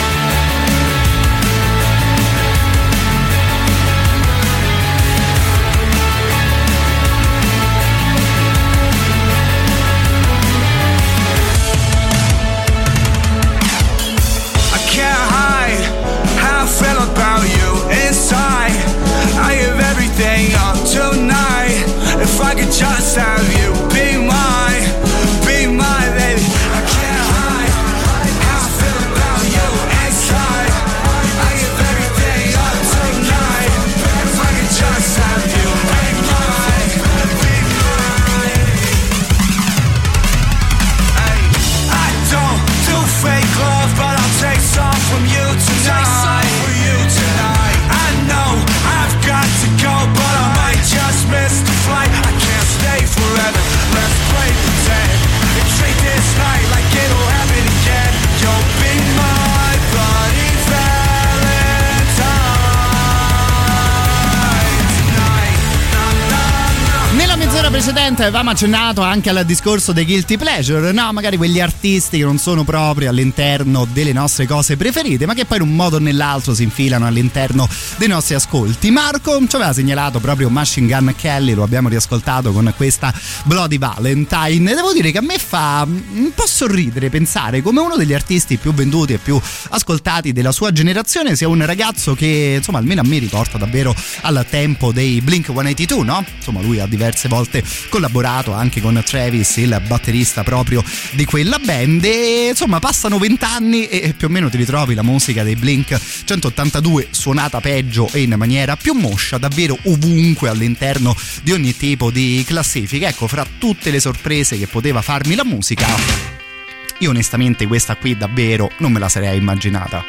I can't hide how I feel about you inside. I give everything up tonight. If I could just have you be mine, baby. I can't hide how I feel about you inside. I give everything up tonight. If I could just have you be mine, Hey, I don't do fake love, but I'll take some from you tonight. I know I've got to go, but I might just miss the flight. I can't stay forever, let's play pretend and treat this night like it'll happen again. You'll be my bloody Valentine tonight. Nella mezz'ora precedente avevamo accennato anche al discorso dei guilty pleasure, no? Magari quegli artisti che non sono proprio all'interno delle nostre cose preferite, ma che poi in un modo o nell'altro si infilano all'interno dei nostri ascolti. Marco ci aveva segnalato proprio Machine Gun Kelly, lo abbiamo riascoltato con questa Bloody Valentine. Devo dire che a me fa un po' sorridere pensare come uno degli artisti più venduti e più ascoltati della sua generazione sia un ragazzo che, insomma, almeno a me riporta davvero al tempo dei Blink-182, no? Insomma, lui ha diverse volte collaborato anche con Travis, il batterista proprio di quella band. E insomma passano 20 anni e più o meno ti ritrovi la musica dei Blink 182 suonata peggio e in maniera più moscia davvero ovunque all'interno di ogni tipo di classifica. Ecco, fra tutte le sorprese che poteva farmi la musica, io onestamente questa qui davvero non me la sarei immaginata.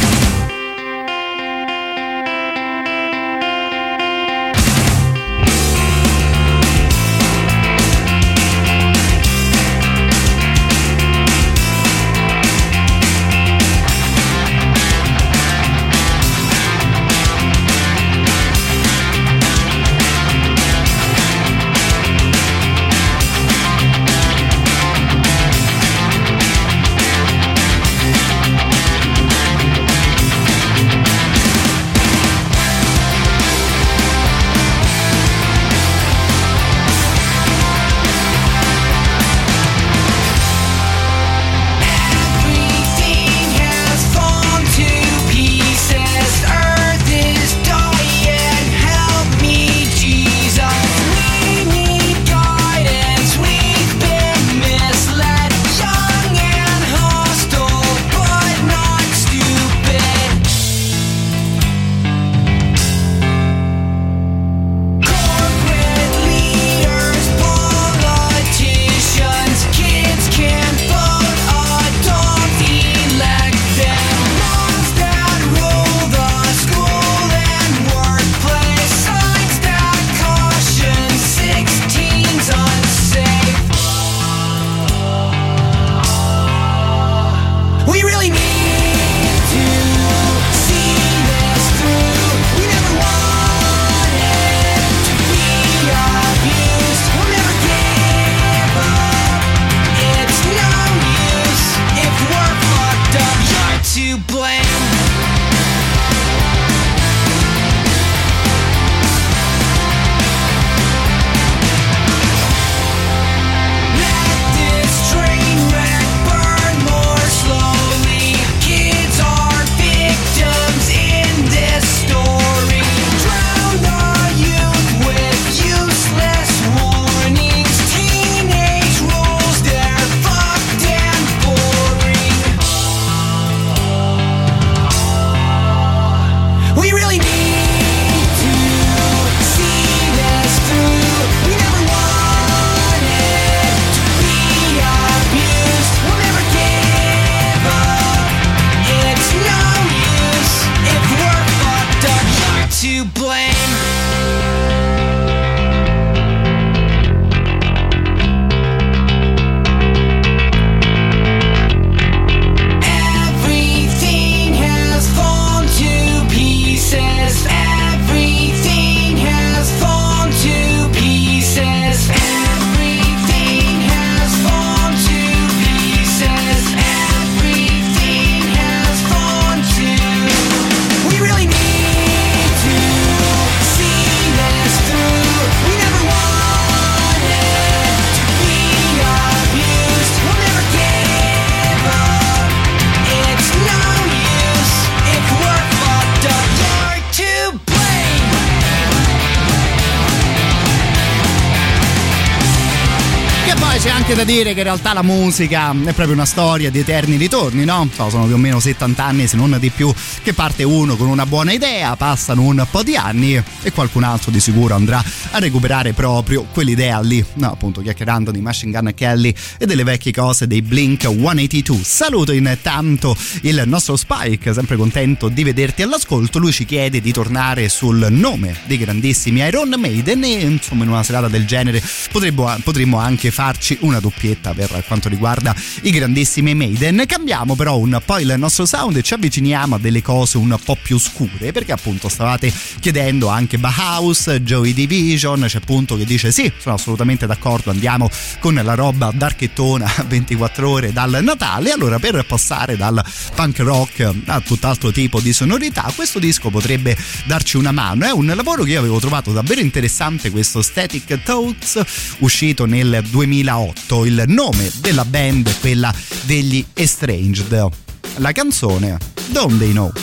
C'è anche da dire che in realtà la musica è proprio una storia di eterni ritorni, no? Sono più o meno 70 anni, se non di più, che parte uno con una buona idea, passano un po' di anni e qualcun altro di sicuro andrà a recuperare proprio quell'idea lì, no, appunto chiacchierando di Machine Gun Kelly e delle vecchie cose dei Blink 182. Saluto intanto il nostro Spike, sempre contento di vederti all'ascolto. Lui ci chiede di tornare sul nome dei grandissimi Iron Maiden e insomma in una serata del genere potremmo anche farci una doppietta per quanto riguarda i grandissimi Maiden. Cambiamo però un po' il nostro sound e ci avviciniamo a delle cose un po' più scure, perché appunto stavate chiedendo anche Bauhaus, Joy Division. C'è appunto che dice sì, sono assolutamente d'accordo, andiamo con la roba darkettona 24 ore dal Natale. Allora, per passare dal punk rock a tutt'altro tipo di sonorità, questo disco potrebbe darci una mano. È un lavoro che io avevo trovato davvero interessante, questo Static Thoughts, uscito nel 2008. Il nome della band è quella degli Estranged. La canzone Don't They Know.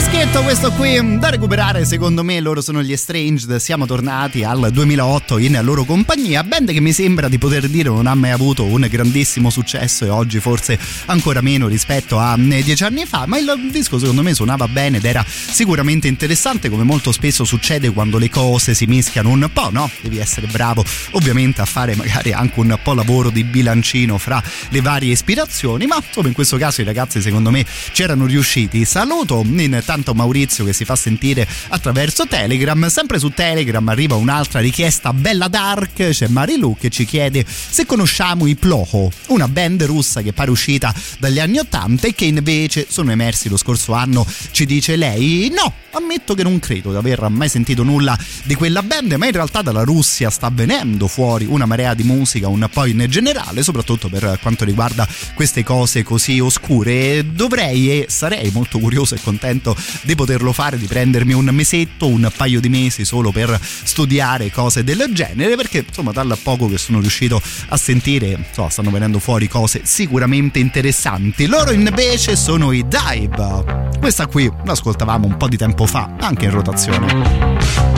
Dischetto questo qui da recuperare, secondo me. Loro sono gli Estranged, siamo tornati al 2008 in loro compagnia, band che mi sembra di poter dire non ha mai avuto un grandissimo successo e oggi forse ancora meno rispetto a 10 anni fa, ma il disco secondo me suonava bene ed era sicuramente interessante, come molto spesso succede quando le cose si mischiano un po', no? Devi essere bravo ovviamente a fare magari anche un po' lavoro di bilancino fra le varie ispirazioni, ma insomma in questo caso i ragazzi secondo me c'erano riusciti. Saluto intanto Maurizio che si fa sentire attraverso Telegram. Sempre su Telegram arriva un'altra richiesta bella dark, c'è Marilu che ci chiede se conosciamo i Ploho, una band russa che pare uscita dagli anni '80 e che invece sono emersi lo scorso anno. Ci dice lei: no, ammetto che non credo di aver mai sentito nulla di quella band, ma in realtà dalla Russia sta venendo fuori una marea di musica un po' in generale, soprattutto per quanto riguarda queste cose così oscure. Dovrei e sarei molto curioso e contento di poterlo fare, di prendermi un mesetto, un paio di mesi solo per studiare cose del genere, perché insomma dal poco che sono riuscito a sentire insomma stanno venendo fuori cose sicuramente interessanti. Loro invece sono i Dive. Questa qui l'ascoltavamo un po' di tempo fa anche in rotazione.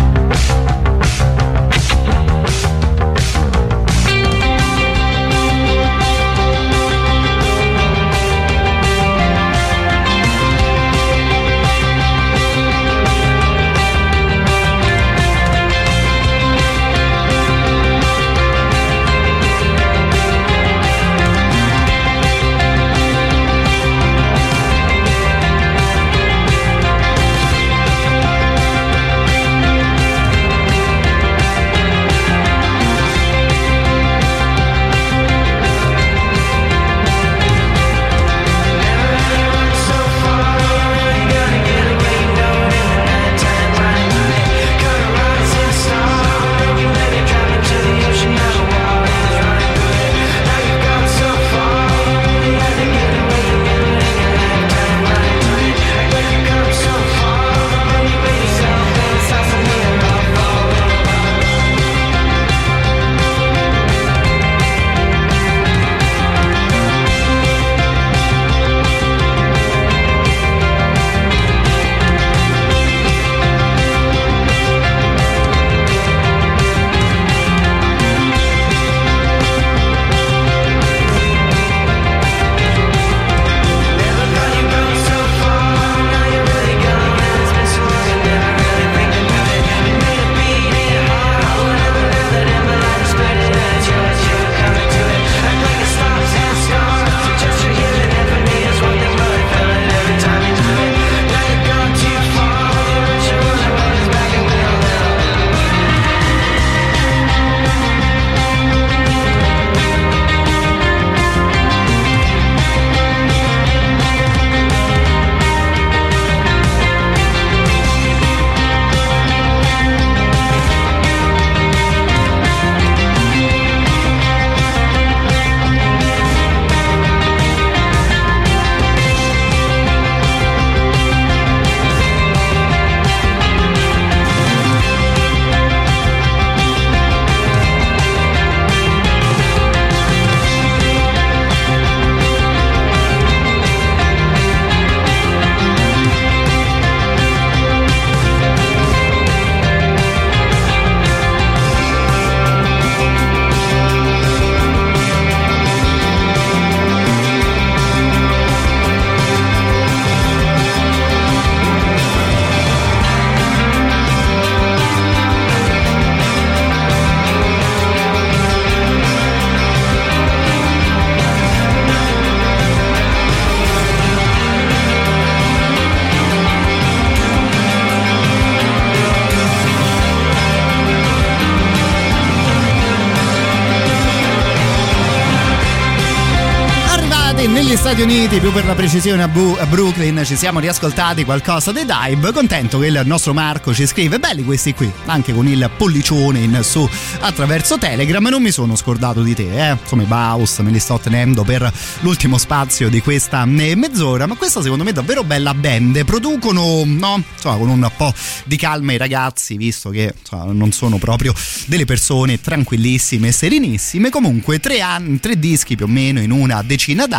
negli Stati Uniti, più per la precisione a Brooklyn, ci siamo riascoltati qualcosa dei Dive. Contento che il nostro Marco ci scrive: belli questi qui, anche con il pollicione in su attraverso Telegram. Non mi sono scordato di te, insomma i Baus me li sto tenendo per l'ultimo spazio di questa mezz'ora. Ma questa secondo me è davvero bella band. Producono, no, insomma, con un po' di calma i ragazzi, visto che insomma, non sono proprio delle persone tranquillissime e serenissime. Comunque 3 dischi più o meno in una decina d'anni, tutti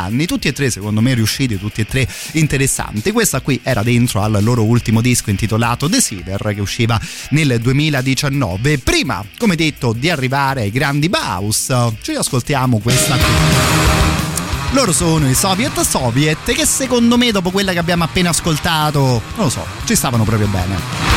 tutti e tre secondo me riusciti, tutti e tre interessanti. Questa qui era dentro al loro ultimo disco intitolato The Cedar, che usciva nel 2019. Prima, come detto, di arrivare ai grandi Bauhaus, ci ascoltiamo questa qui. Loro sono i Soviet, che secondo me dopo quella che abbiamo appena ascoltato, non lo so, ci stavano proprio bene.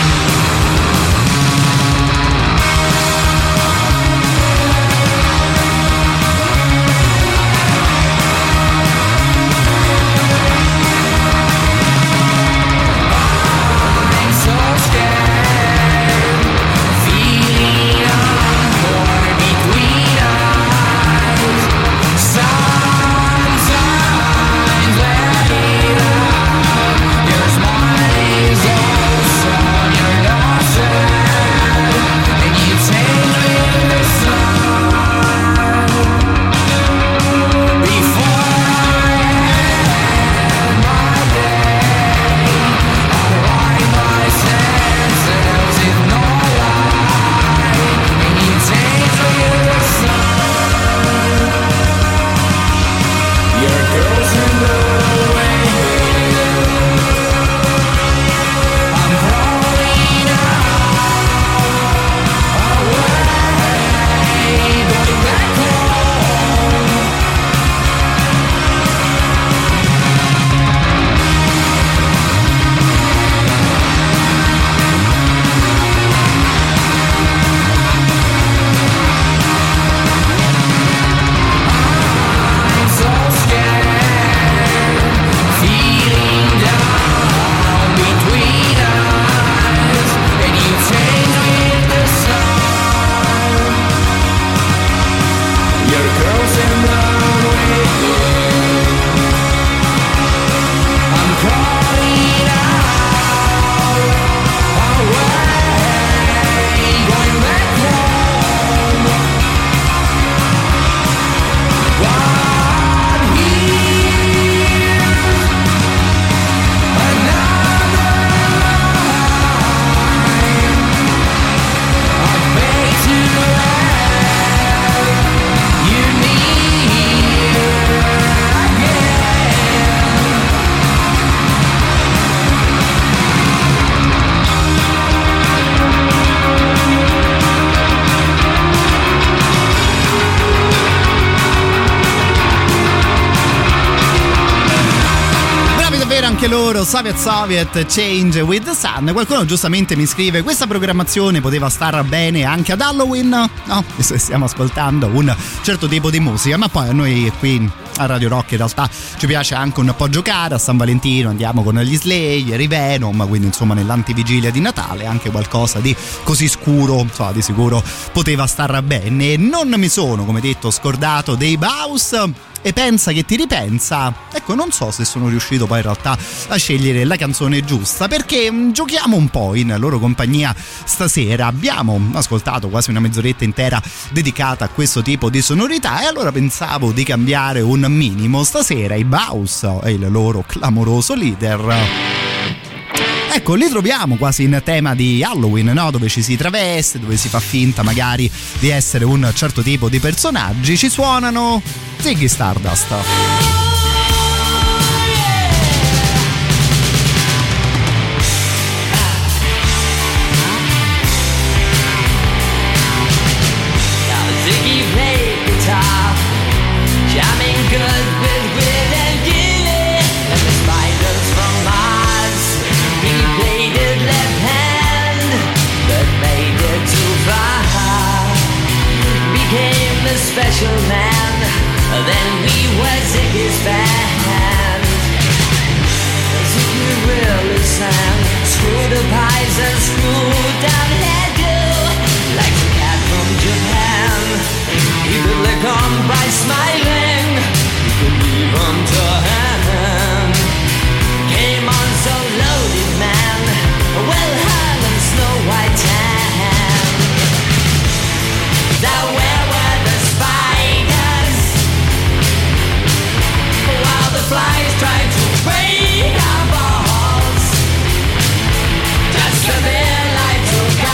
Anche loro, Soviet, Change with the Sun. Qualcuno giustamente mi scrive: questa programmazione poteva star bene anche ad Halloween? No, stiamo ascoltando un certo tipo di musica, ma poi a noi qui a Radio Rock in realtà ci piace anche un po' giocare. A San Valentino andiamo con gli Slayer, i Venom, quindi insomma nell'antivigilia di Natale anche qualcosa di così scuro, insomma, di sicuro poteva star bene. Non mi sono, come detto, scordato dei Bauhaus. E pensa che ti ripensa, ecco, non so se sono riuscito poi in realtà a scegliere la canzone giusta, perché giochiamo un po' in loro compagnia stasera. Abbiamo ascoltato quasi una mezz'oretta intera dedicata a questo tipo di sonorità, e allora pensavo di cambiare un minimo. Stasera i Bauhaus e il loro clamoroso leader, ecco, li troviamo quasi in tema di Halloween, no? Dove ci si traveste, dove si fa finta magari di essere un certo tipo di personaggi. Ci suonano Ziggy Stardust. Ziggy played guitar, jamming good with Will and Gilly, and the spiders from Mars. He played it left hand, but made it too far. Became the special man, then we were Ziggy's band. Ziggy really sang, screw the pies and screw down hairdo, like the cat from Japan. He could lick on by smiling, he could leave on to hand. Came on so loaded, man, well hung in snow white tan. Now where were the spiders, while the flies tried to break our balls? Just a bit like to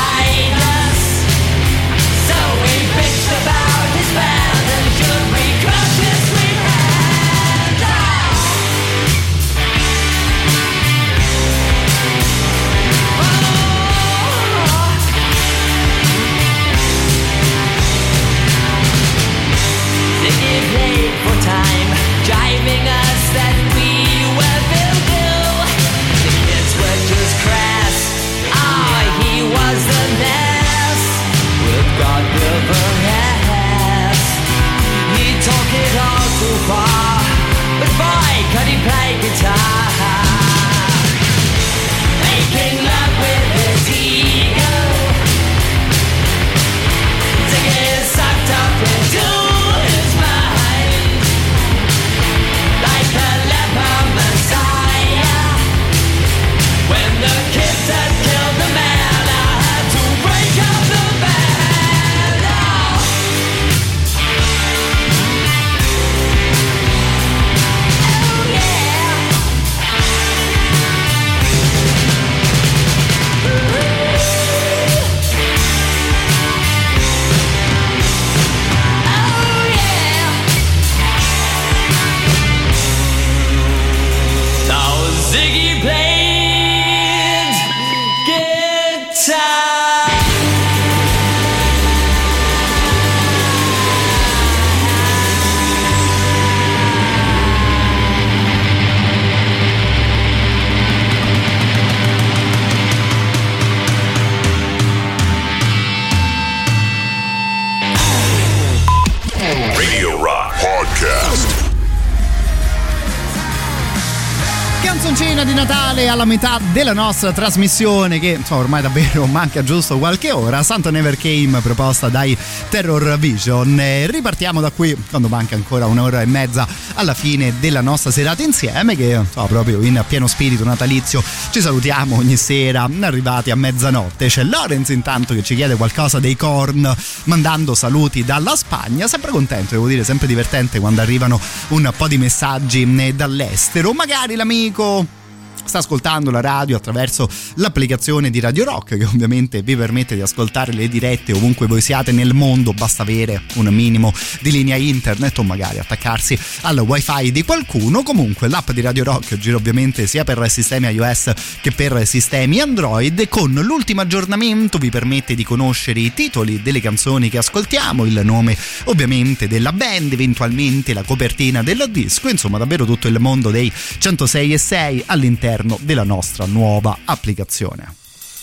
cena di Natale alla metà della nostra trasmissione, che insomma ormai davvero manca giusto qualche ora. Santa Never Came, proposta dai Terror Vision. Ripartiamo da qui quando manca ancora un'ora e mezza alla fine della nostra serata insieme, che insomma, proprio in pieno spirito natalizio ci salutiamo ogni sera arrivati a mezzanotte. C'è Lorenz intanto che ci chiede qualcosa dei Korn, mandando saluti dalla Spagna. Sempre contento, devo dire, sempre divertente quando arrivano un po' di messaggi dall'estero. Magari l'amico sta ascoltando la radio attraverso l'applicazione di Radio Rock, che ovviamente vi permette di ascoltare le dirette ovunque voi siate nel mondo. Basta avere un minimo di linea internet o magari attaccarsi al wifi di qualcuno. Comunque l'app di Radio Rock gira ovviamente sia per sistemi iOS che per sistemi Android, e con l'ultimo aggiornamento vi permette di conoscere i titoli delle canzoni che ascoltiamo, il nome ovviamente della band, eventualmente la copertina del disco, insomma davvero tutto il mondo dei 106.6 all'interno della nostra nuova applicazione.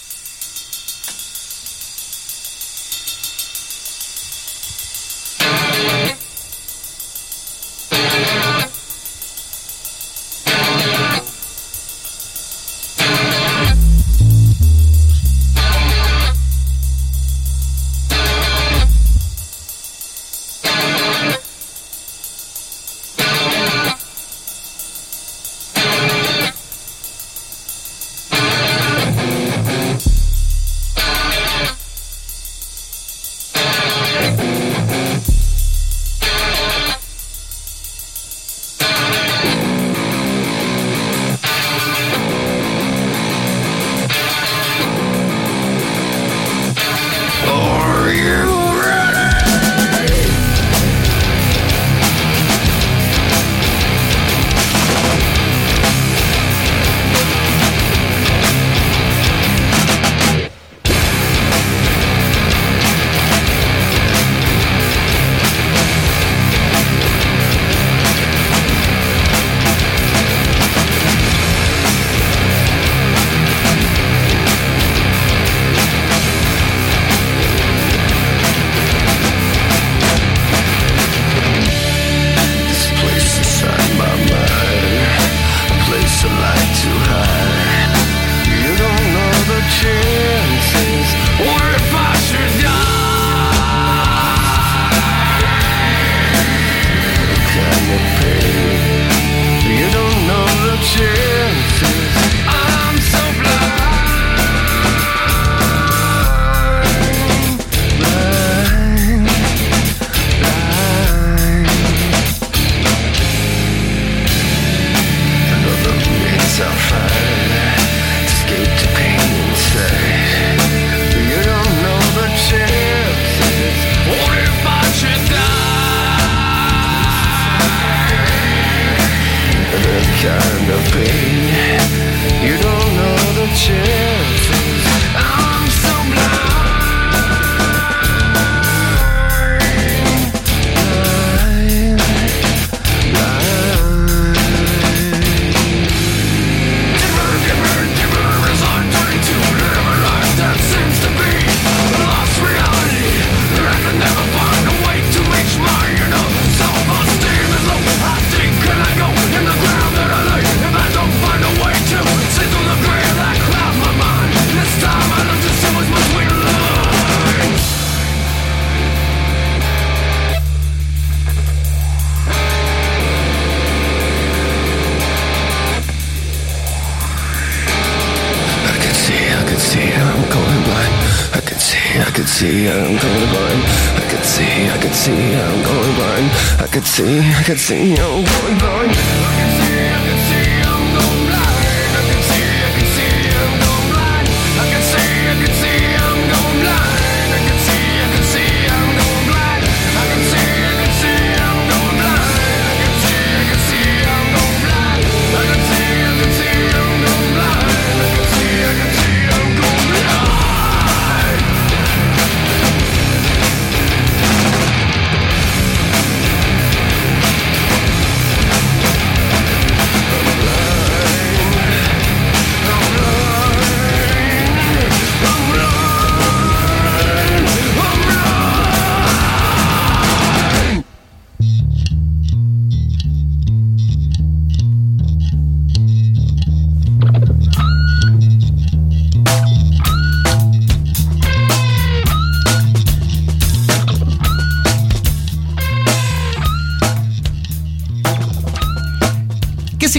I could see I'm going blind.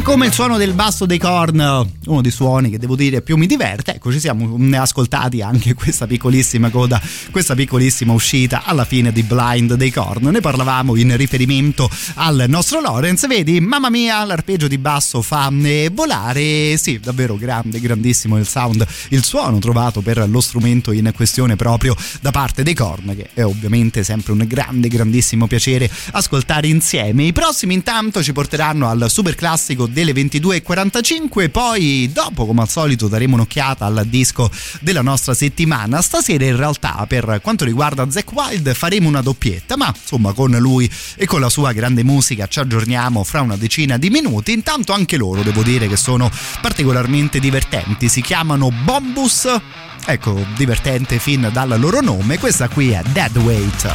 siccome il suono del basso dei Korn, uno dei suoni che devo dire più mi diverte, ecco, ci siamo ascoltati anche questa piccolissima coda, questa piccolissima uscita alla fine di Blind dei Korn. Ne parlavamo in riferimento al nostro Lorenz. Vedi, mamma mia, l'arpeggio di basso fa volare. Sì, davvero grande, grandissimo il sound, il suono trovato per lo strumento in questione proprio da parte dei Korn, che è ovviamente sempre un grande, grandissimo piacere ascoltare insieme. I prossimi intanto ci porteranno al super classico delle 22:45, poi dopo come al solito daremo un'occhiata al disco della nostra settimana. Stasera in realtà per quanto riguarda Zakk Wylde faremo una doppietta, ma insomma con lui e con la sua grande musica ci aggiorniamo fra una decina di minuti. Intanto anche loro devo dire che sono particolarmente divertenti, si chiamano Bombus, ecco, divertente fin dal loro nome. Questa qui è Dead Weight.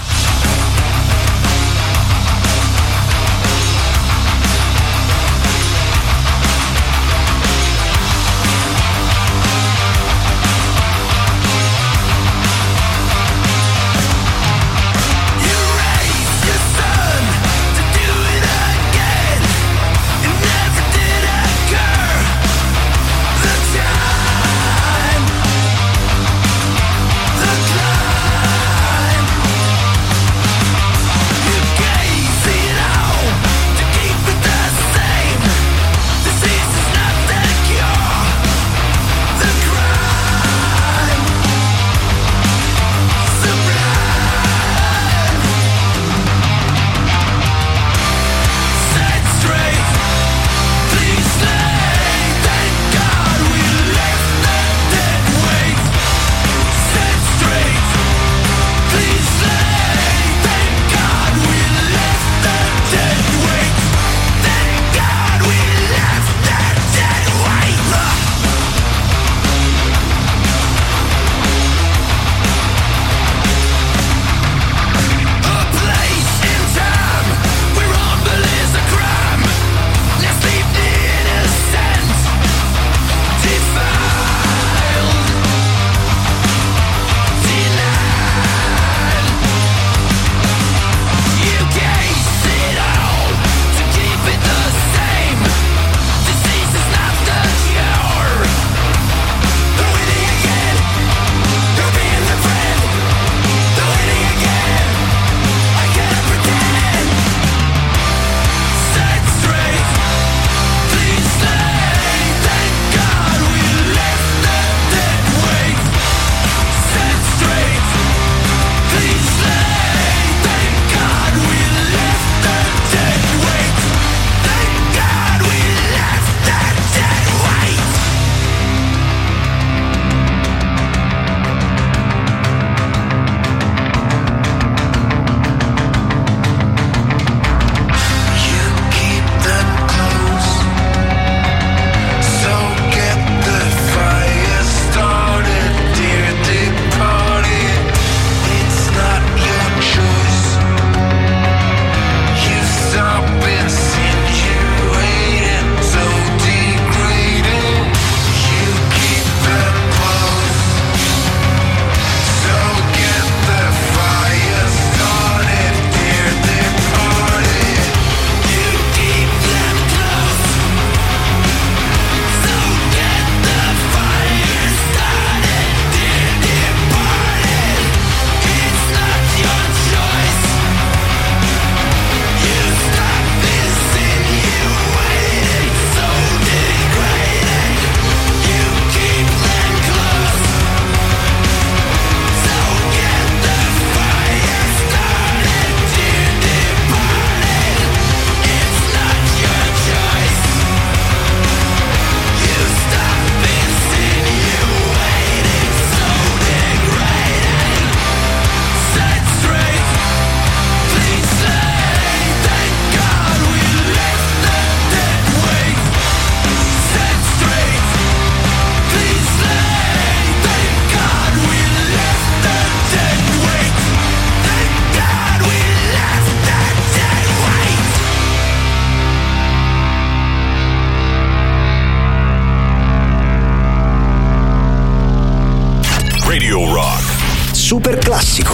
super classico.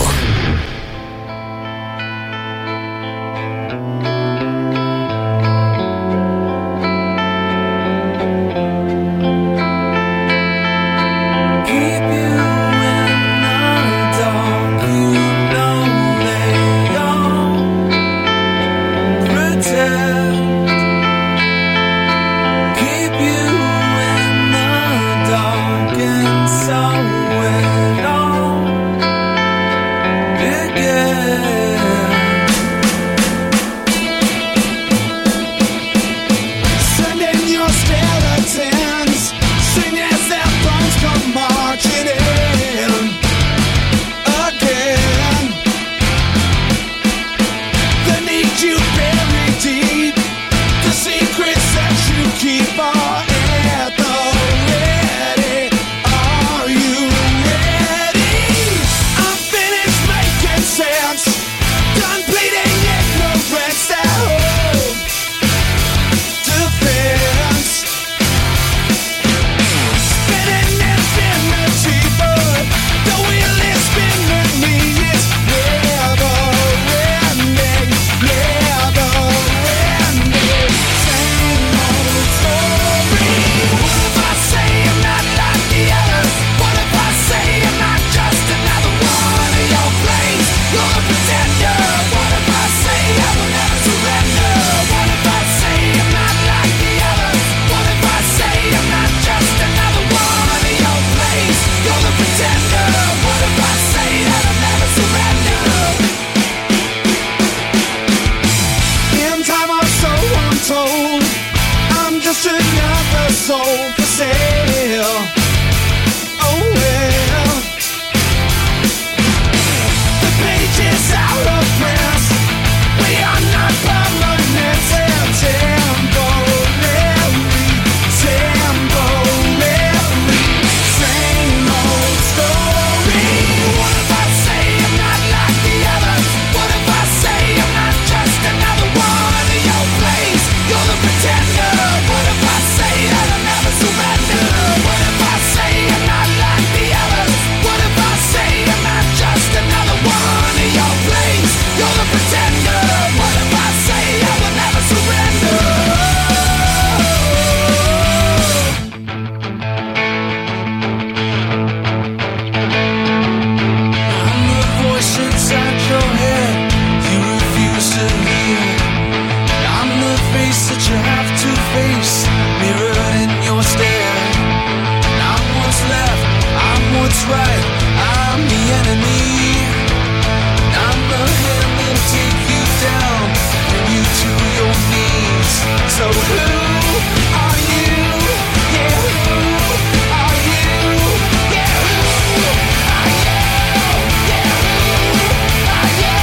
enemy. I'm the hand that'll take you down, bring you to your knees. So who are you? Yeah, who are you? Yeah, who are you? Yeah, who are you?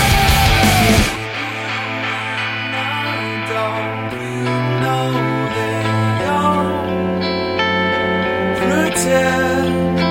Don't you know that you're pretend?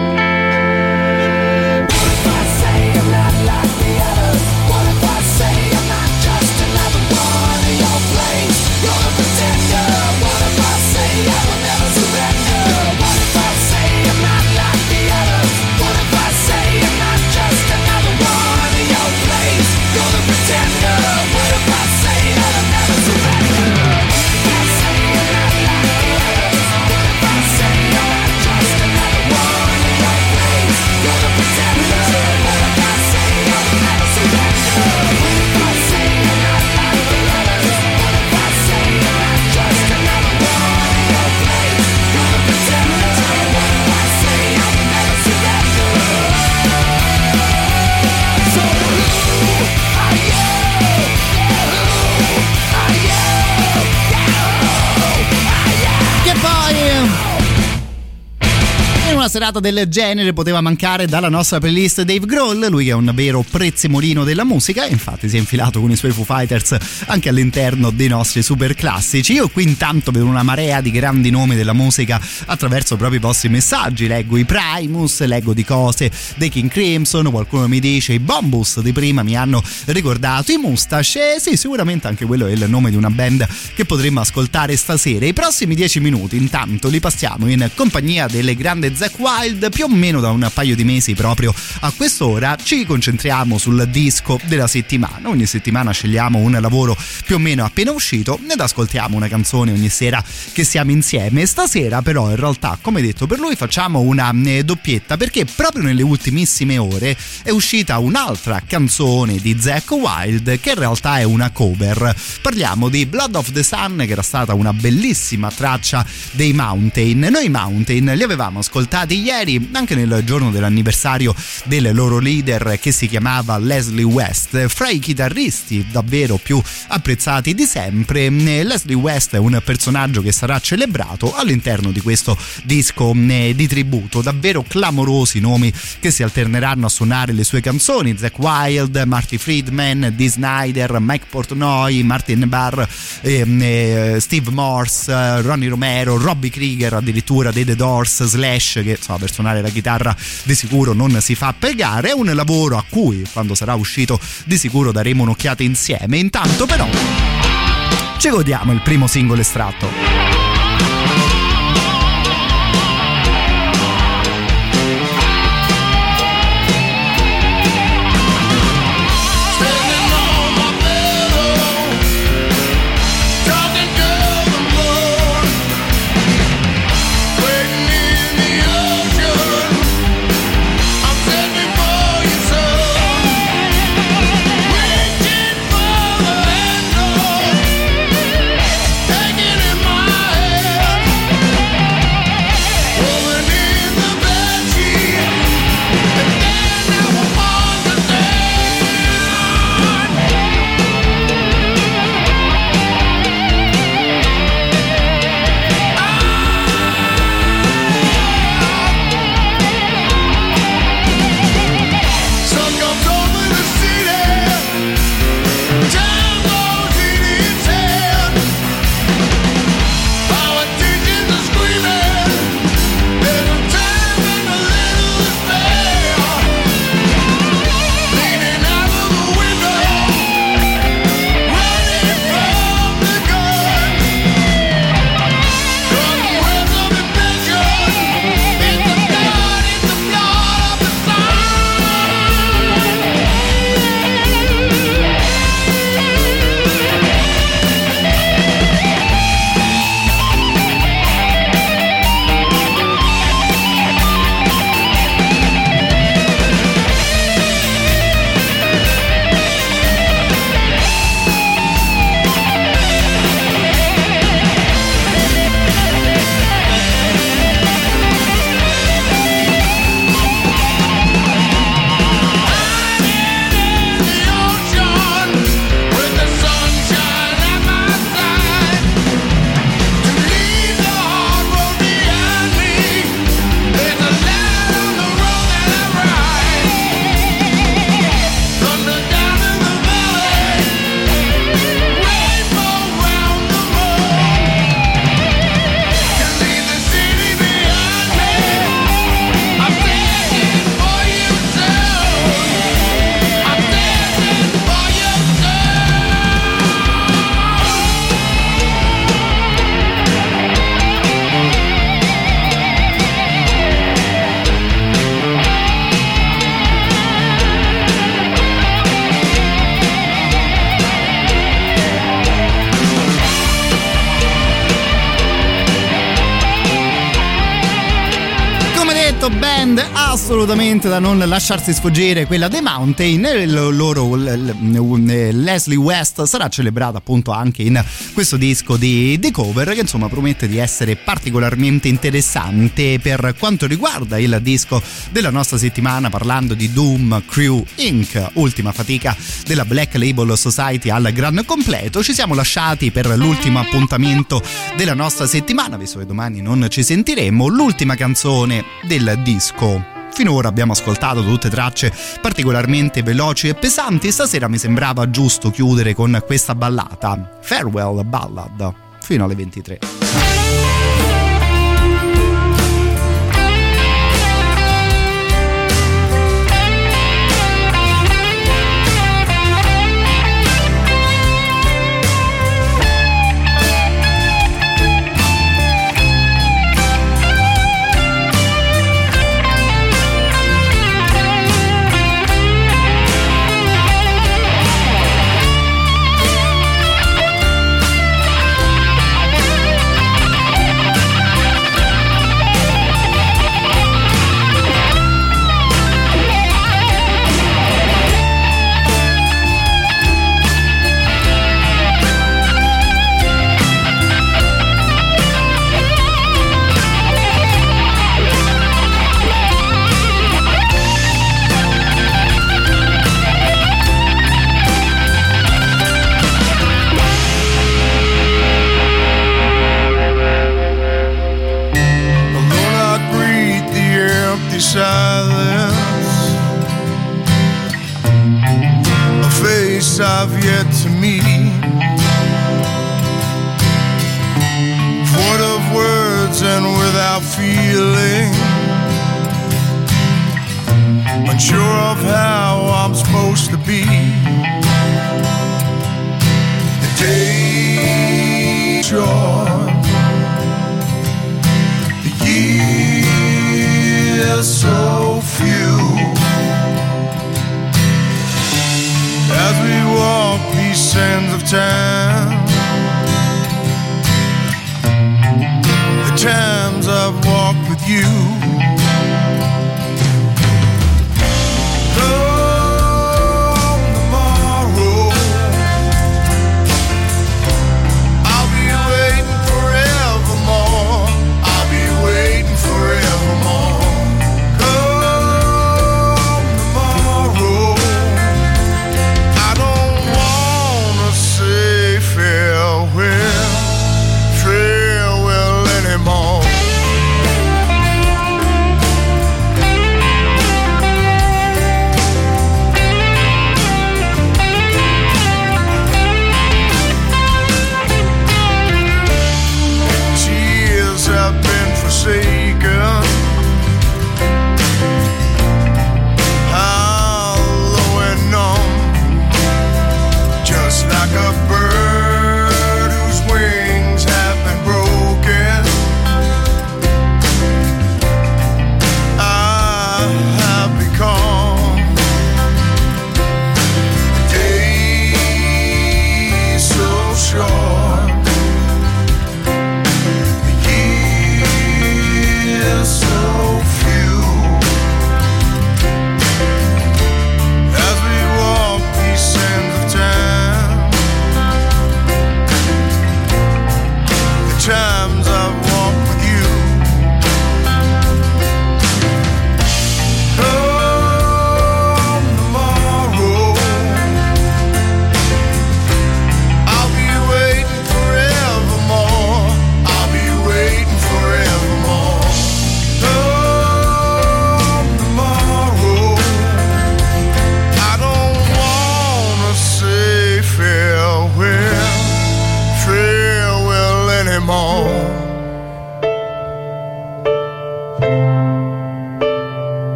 What if I say I'm not like the others? What if I say I'm not just another one in your place? You're the pretender. What if I say I will never surrender? What if I say I'm not like the others? What if I say I'm not just another one in your place? You're the pretender. What if I say that I'll never surrender? What if I say I'm not like the others? What if I say I'm not just another one in your place? You're the pretender. What if I say I will never surrender? What if I say I'm not like the others? What if I say I'm not just another one in your place? You're the pretender. What if I say I will never surrender? So who are you? Yeah, who are you? Che poi in una serata del genere poteva mancare dalla nostra playlist Dave Grohl, lui che è un vero prezzemolino della musica, infatti si è infilato con i suoi Foo Fighters anche all'interno dei nostri super classici. Io qui intanto vedo una marea di grandi nomi della musica attraverso proprio i vostri messaggi, leggo i Primus, leggo di cose dei King Crimson, qualcuno mi dice i Bombus di prima mi hanno ricordato i Mustache, sì, sicuramente anche quello è il nome di una band che potremmo ascoltare stasera. I prossimi 10 minuti intanto li passiamo in compagnia delle grandi Zakk Wylde, più o meno da un paio di mesi proprio a quest'ora ci concentriamo sul disco della settimana. Ogni settimana scegliamo un lavoro più o meno appena uscito ed ascoltiamo una canzone ogni sera che siamo insieme. Stasera però in realtà, come detto, per lui facciamo una doppietta, perché proprio nelle ultimissime ore è uscita un'altra canzone di Zakk Wylde che in realtà è una cover. Parliamo di Blood of the Sun, che era stata una bellissima traccia dei Mountain. Noi Mountain li avevamo ascoltati ieri anche nel giorno dell'anniversario del loro leader, che si chiamava Leslie West, fra i chitarristi davvero più apprezzati di sempre. Leslie West è un personaggio che sarà celebrato all'interno di questo disco di tributo. Davvero clamorosi nomi che si alterneranno a suonare le sue canzoni: Zakk Wylde, Marty Friedman, Dee Snider, Mike Portnoy, Martin Barr, Steve Morse, Ronnie Romero, Robbie Krieger addirittura dei The Doors, Slash, che insomma per suonare la chitarra di sicuro non si fa pregare. È un lavoro a cui quando sarà uscito di sicuro daremo un'occhiata insieme. Intanto però ci godiamo il primo singolo estratto. Taking in my Ghetto Band, assolutamente da non lasciarsi sfuggire, quella dei Mountain. Leslie West sarà celebrata appunto anche in questo disco di cover, che insomma promette di essere particolarmente interessante. Per quanto riguarda il disco della nostra settimana, parlando di Doom Crew Inc., ultima fatica della Black Label Society al gran completo, ci siamo lasciati per l'ultimo appuntamento della nostra settimana, visto che domani non ci sentiremo, l'ultima canzone del disco. Finora abbiamo ascoltato tutte tracce particolarmente veloci e pesanti. Stasera mi sembrava giusto chiudere con questa ballata, Farewell Ballad, fino alle 23. Silence, a face I've yet to meet, void of words and without feeling, unsure of how I'm supposed to be. The day short, the years so few. As we walk these sands of time, the times I've walked with you, come tomorrow, I'll be waiting forevermore. I'll be waiting forevermore. Farewell anymore.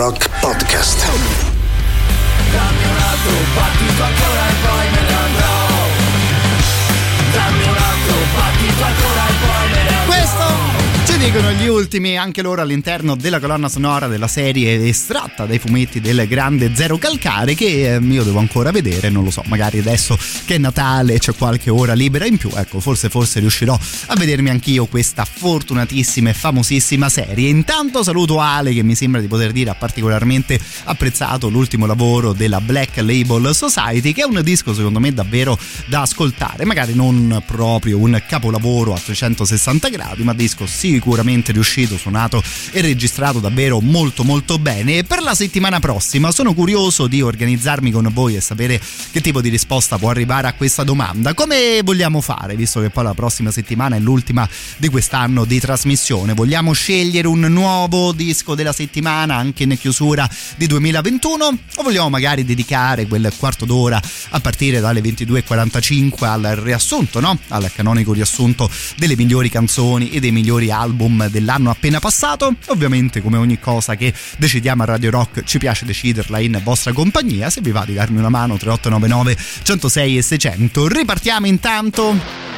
Rock Podcast. Dammi un altro battito ancora e poi me ne andrò. Dammi un altro battito ancora e poi me ne andrò. Questo ci dicono gli ultimi, anche loro all'interno della colonna sonora della serie estratta dai fumetti del grande Zero Calcare, che io devo ancora vedere, non lo so, magari adesso che è Natale c'è qualche ora libera in più, ecco, forse riuscirò a vedermi anch'io questa fortunatissima e famosissima serie. Intanto saluto Ale, che mi sembra di poter dire ha particolarmente apprezzato l'ultimo lavoro della Black Label Society, che è un disco secondo me davvero da ascoltare, magari non proprio un capolavoro a 360 gradi, ma disco sicuramente riuscito, suonato e registrato davvero molto molto bene. E per la settimana prossima sono curioso di organizzarmi con voi e sapere che tipo di risposta può arrivare a questa domanda. Come vogliamo fare, visto che poi la prossima settimana è l'ultima di quest'anno di trasmissione? Vogliamo scegliere un nuovo disco della settimana anche in chiusura di 2021, o vogliamo magari dedicare quel quarto d'ora a partire dalle 22:45 al riassunto, no? Al canonico riassunto delle migliori canzoni e dei migliori album dell'anno appena passato? Ovviamente, come ogni cosa che decidiamo a Radio Rock, ci piace deciderla in vostra compagnia. Se vi va di darmi una mano, 3899 106 e 600. Ripartiamo intanto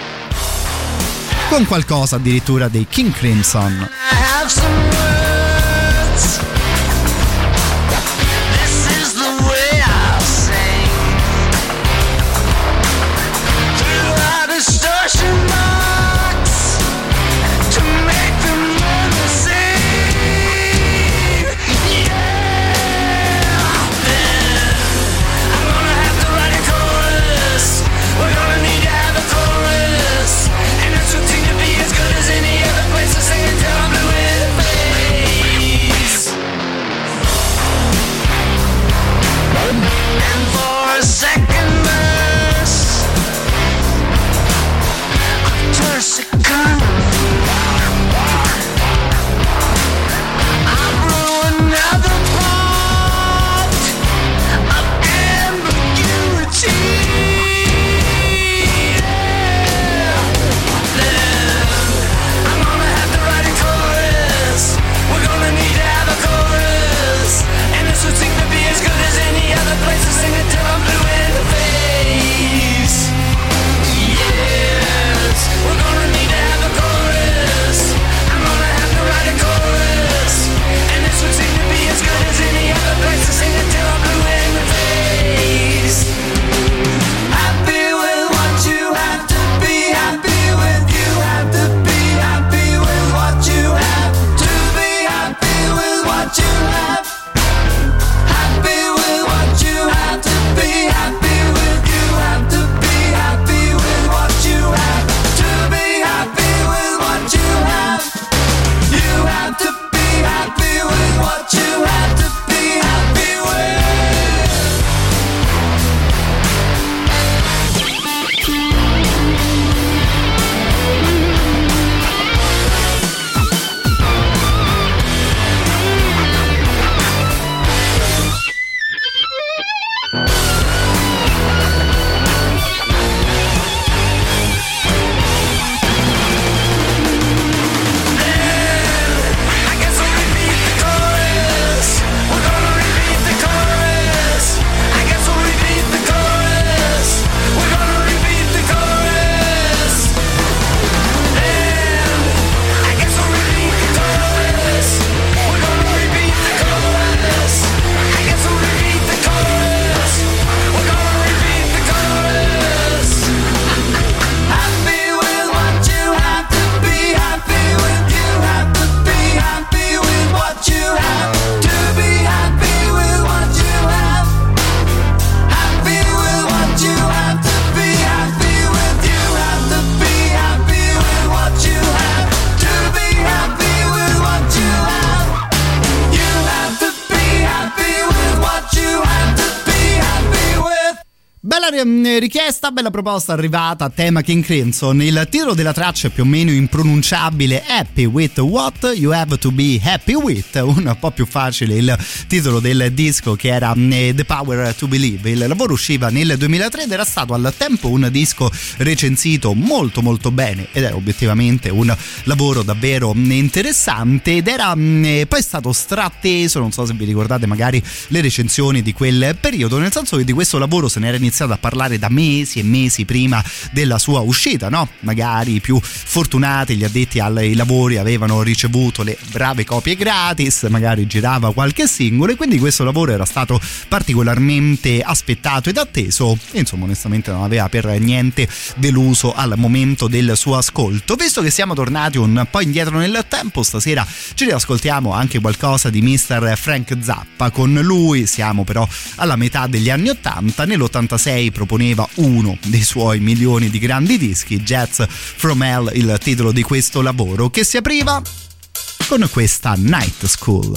con qualcosa addirittura dei King Crimson. And it's routine to be as good as any other place to sing until I'm blue in the face. Bella richiesta, bella proposta arrivata a tema King Crimson. Il titolo della traccia è più o meno impronunciabile, Happy With What You Have To Be Happy With, un po' più facile il titolo del disco, che era The Power To Believe. Il lavoro usciva nel 2003 ed era stato al tempo un disco recensito molto molto bene ed era obiettivamente un lavoro davvero interessante, ed era poi stato stratteso, non so se vi ricordate magari le recensioni di quel periodo, nel senso che di questo lavoro se ne era iniziato a parlare da mesi e mesi prima della sua uscita, no? Magari i più fortunati, gli addetti ai lavori, avevano ricevuto le brave copie gratis, magari girava qualche singolo, e quindi questo lavoro era stato particolarmente aspettato ed atteso, e insomma onestamente non aveva per niente deluso al momento del suo ascolto. Visto che siamo tornati un po' indietro nel tempo, stasera ci riascoltiamo anche qualcosa di Mr. Frank Zappa. Con lui siamo però alla metà degli anni 80. Nell'86 proponeva uno dei suoi milioni di grandi dischi, Jazz from Hell, il titolo di questo lavoro, che si apriva con questa Night School.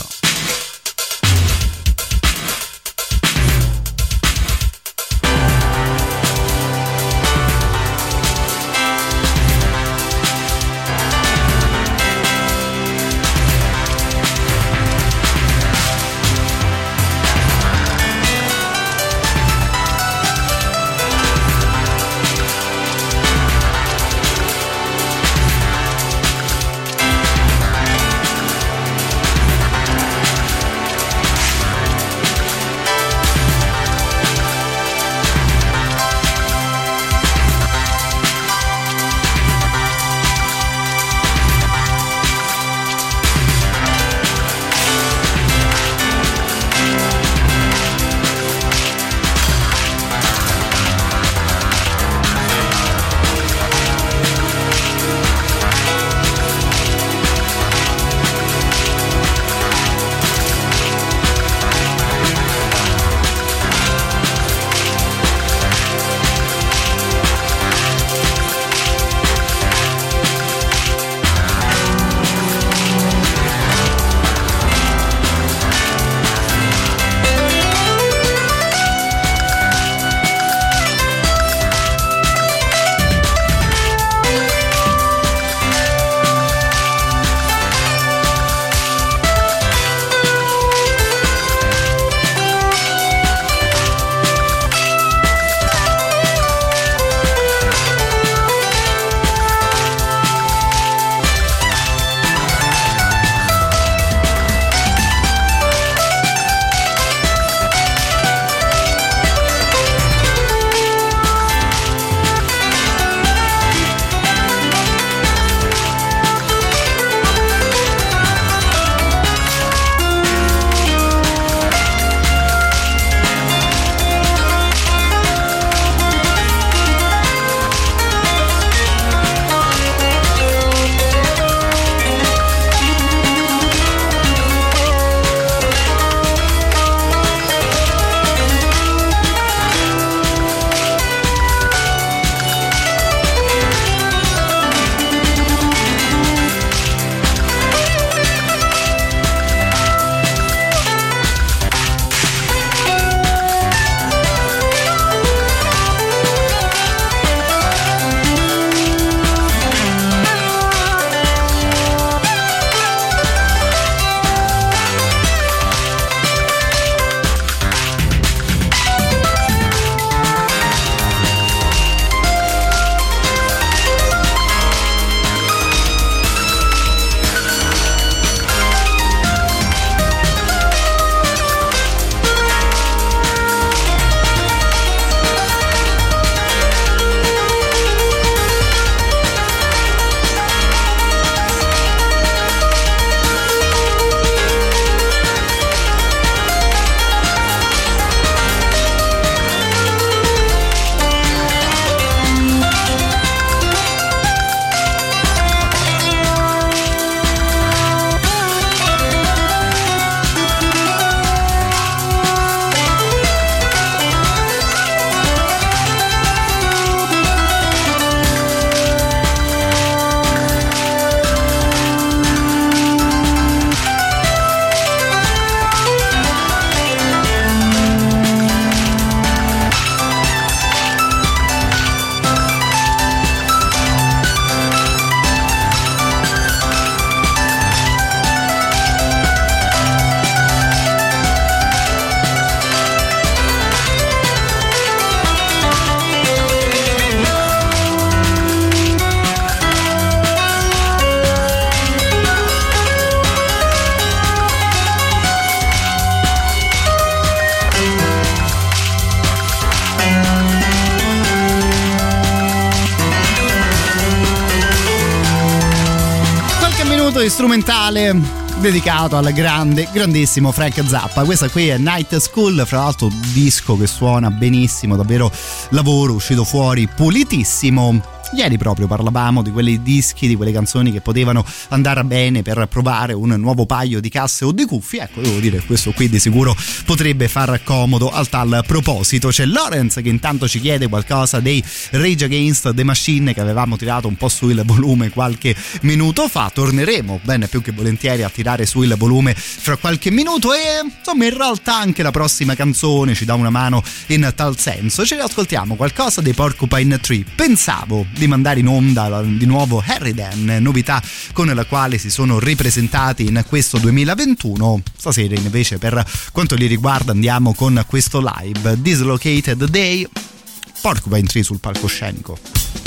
minuto strumentale dedicato al grandissimo Frank Zappa. Questa qui è Night School, fra l'altro un disco che suona benissimo, davvero lavoro uscito fuori pulitissimo. Ieri proprio parlavamo di quei dischi, di quelle canzoni che potevano andare bene per provare un nuovo paio di casse o di cuffie. Ecco, devo dire che questo qui di sicuro potrebbe far comodo al tal proposito. C'è Lorenz che intanto ci chiede qualcosa dei Rage Against the Machine che avevamo tirato un po' su il volume qualche minuto fa. Torneremo bene più che volentieri a tirare su il volume fra qualche minuto e insomma in realtà anche la prossima canzone ci dà una mano in tal senso. Ce ne ascoltiamo qualcosa dei Porcupine Tree. Pensavo di mandare in onda di nuovo Harridan, novità con la quale si sono ripresentati in questo 2021. Stasera invece per quanto li riguarda andiamo con questo live Dislocated Day, Porcupine Tree sul palcoscenico.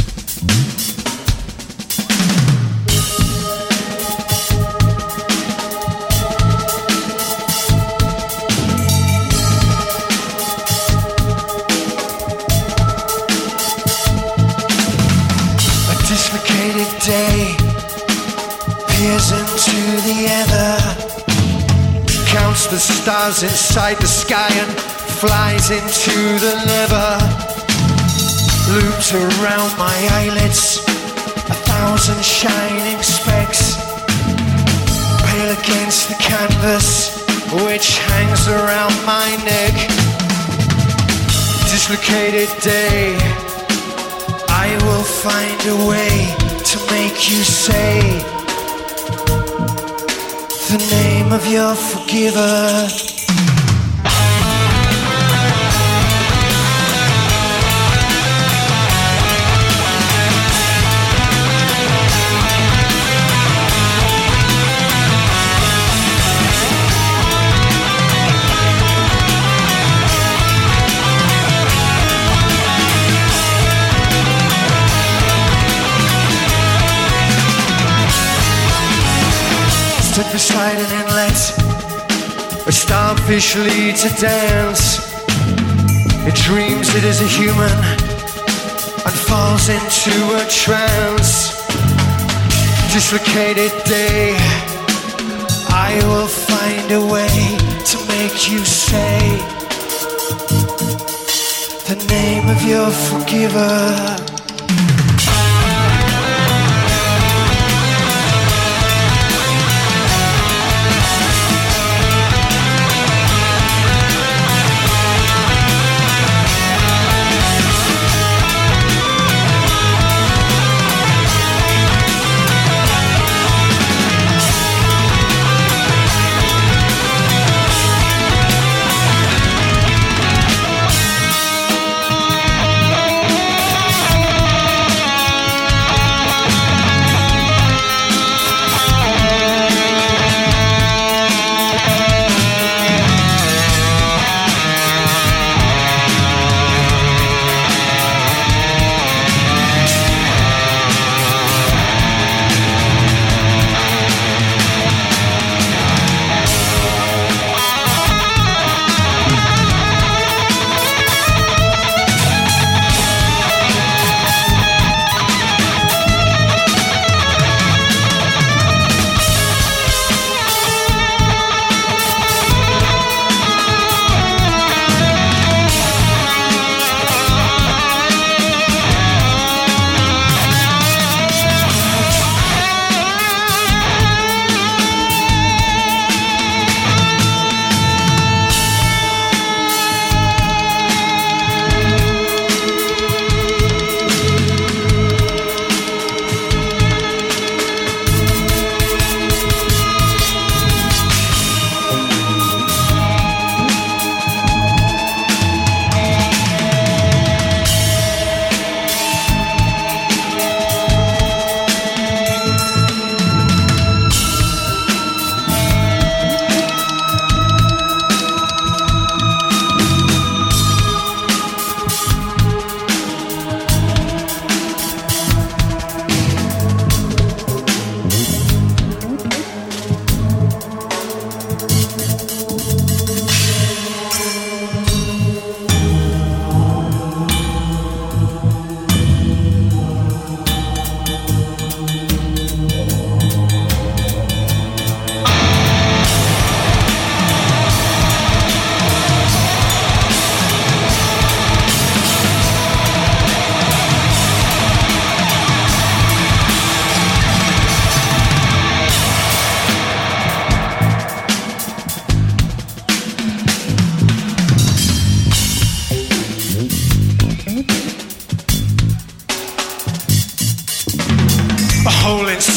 Day peers into the ether, counts the stars inside the sky and flies into the never. Loops around my eyelids, 1,000 shining specks, pale against the canvas which hangs around my neck. Dislocated day, I will find a way to make you say the name of your forgiver. Stood beside an inlet where starfish lead to dance. It dreams it is a human and falls into a trance. Dislocated day, I will find a way to make you say the name of your forgiver.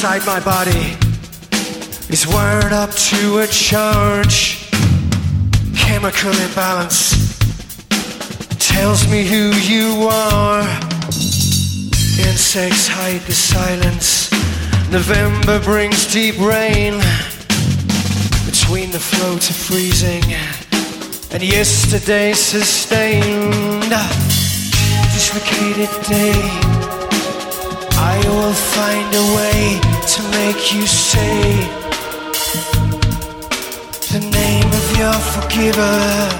inside my body is wired up to a charge. Chemical imbalance tells me who you are. Insects hide the silence. November brings deep rain. Between the float of freezing and yesterday sustained. Dislocated day, I will find a way to make you say the name of your forgiver.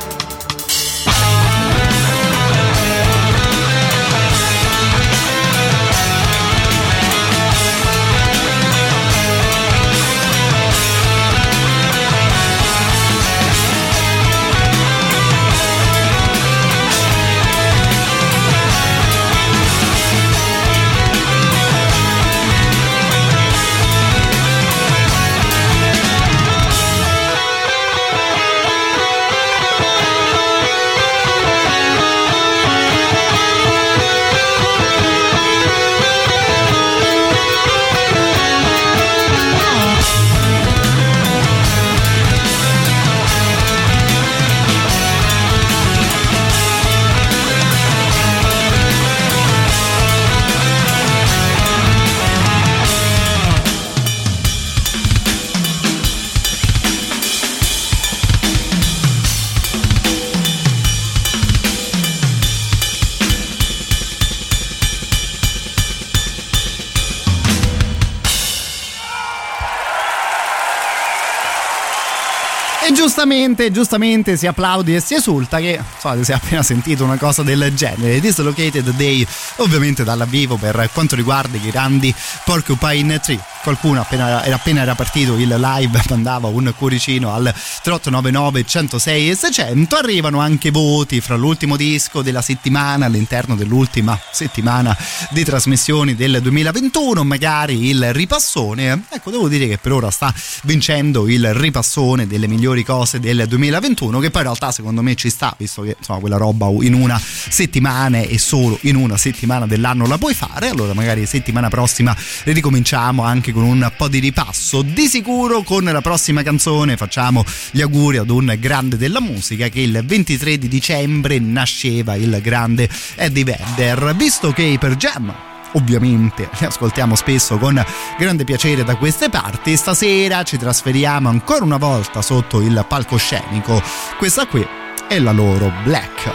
Giustamente si applaudi e si esulta che si è appena sentito una cosa del genere. Dislocated Day, ovviamente dalla vivo per quanto riguarda i grandi Porcupine Tree. Qualcuno appena era partito il live mandava un cuoricino al 3899 106 e 600. Arrivano anche voti fra l'ultimo disco della settimana all'interno dell'ultima settimana di trasmissioni del 2021, magari il ripassone. Ecco, devo dire che per ora sta vincendo il ripassone delle migliori cose del 2021, che poi in realtà secondo me ci sta, visto che quella roba in una settimana e solo in una settimana dell'anno la puoi fare. Allora magari settimana prossima ricominciamo anche con un po' di ripasso. Di sicuro con la prossima canzone facciamo gli auguri ad un grande della musica, che il 23 di dicembre nasceva il grande Eddie Vedder. Visto che per Jam ovviamente li ascoltiamo spesso con grande piacere da queste parti, stasera ci trasferiamo ancora una volta sotto il palcoscenico. Questa qui è la loro Black.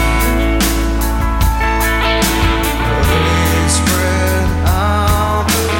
Spread out.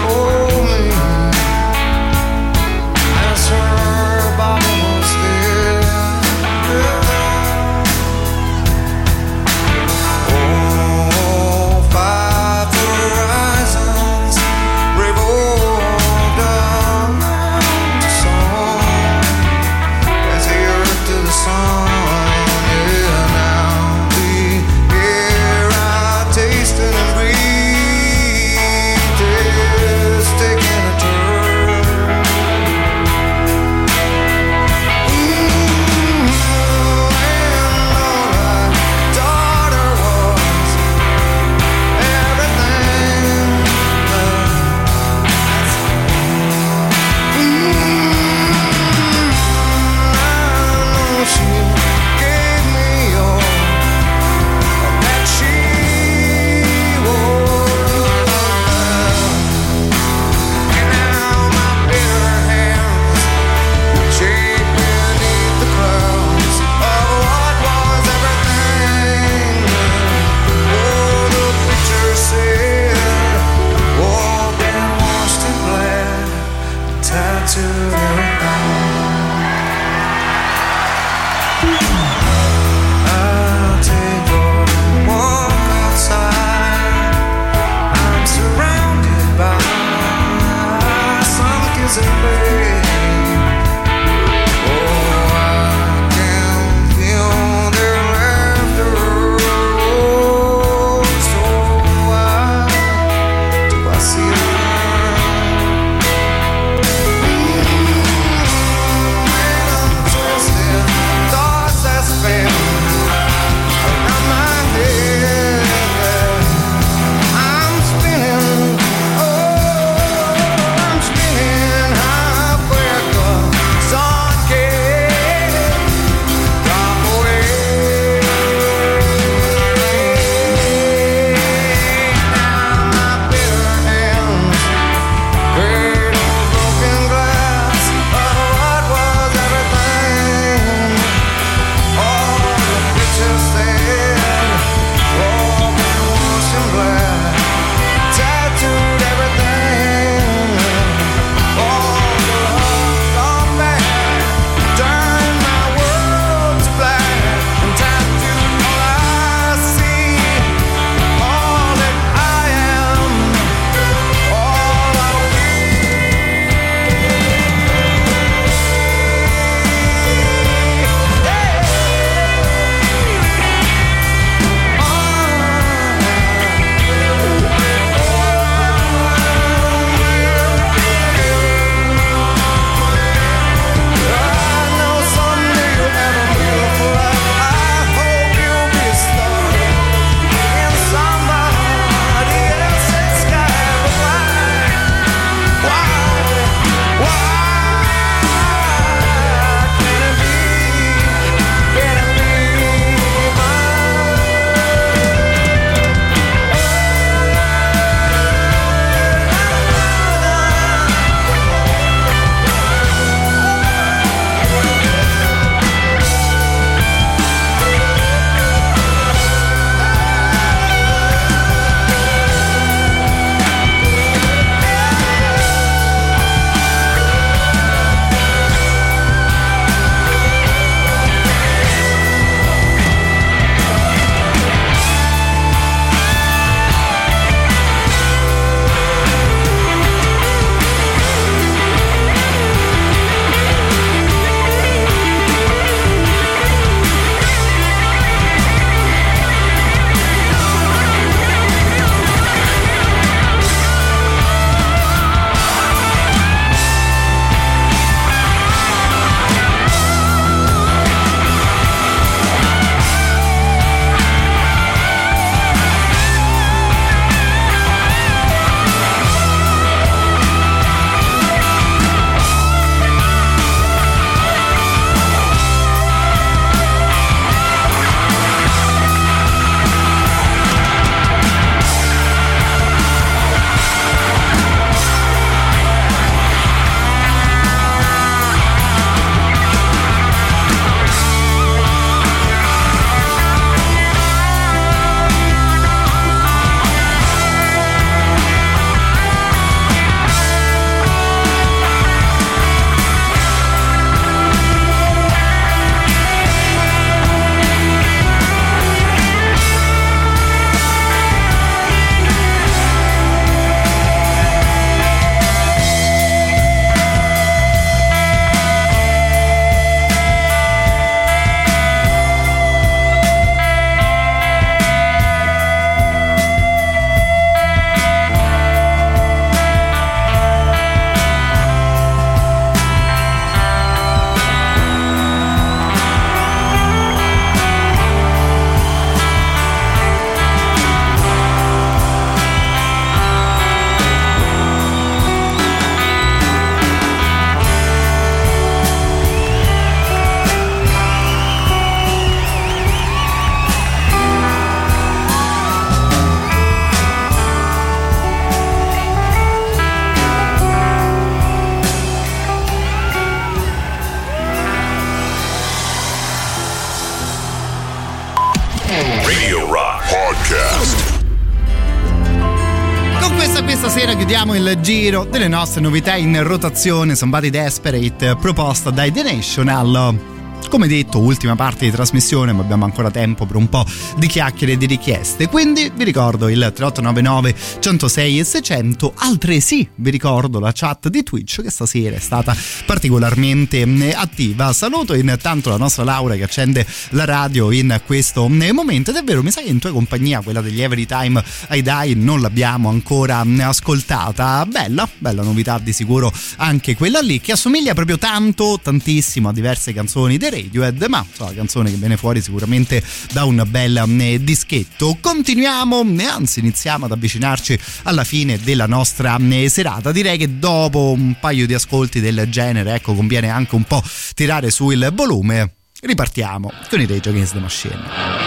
Apriamo il giro delle nostre novità in rotazione. Somebody Desperate, proposta dai The National. Come detto, ultima parte di trasmissione, ma abbiamo ancora tempo per un po' di chiacchiere e di richieste, quindi vi ricordo il 3899 106 e 600. Altresì vi ricordo la chat di Twitch, che stasera è stata particolarmente attiva. Saluto intanto la nostra Laura, che accende la radio in questo momento, ed è vero, mi sa che in tua compagnia, quella degli Everytime I Die, non l'abbiamo ancora ascoltata. Bella novità di sicuro anche quella lì, che assomiglia proprio tantissimo a diverse canzoni dei Radiohead, ma la canzone che viene fuori sicuramente da un bel dischetto. Continuiamo, anzi iniziamo ad avvicinarci alla fine della nostra serata. Direi che dopo un paio di ascolti del genere, ecco, conviene anche un po' tirare su il volume. Ripartiamo con i Rage Against the Machine.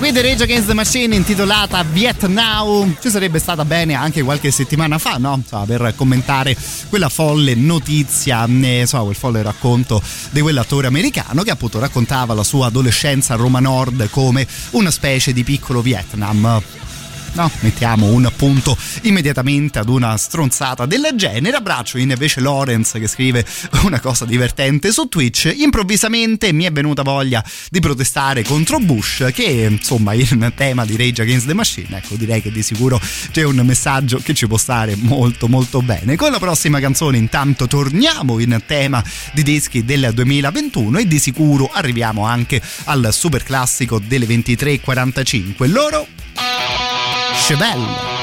Seguite Rage Against the Machine intitolata Vietnam. Ci sarebbe stata bene anche qualche settimana fa, no? Insomma, per commentare quella folle notizia, insomma, quel folle racconto di quell'attore americano che appunto raccontava la sua adolescenza a Roma Nord come una specie di piccolo Vietnam. No, mettiamo un punto immediatamente ad una stronzata del genere. Abbraccio invece Lorenz che scrive una cosa divertente su Twitch: improvvisamente mi è venuta voglia di protestare contro Bush, che insomma in tema di Rage Against the Machine, ecco, direi che di sicuro c'è un messaggio che ci può stare molto molto bene. Con la prossima canzone intanto torniamo in tema di dischi del 2021 e di sicuro arriviamo anche al super classico delle 23:45. Loro Chevelle.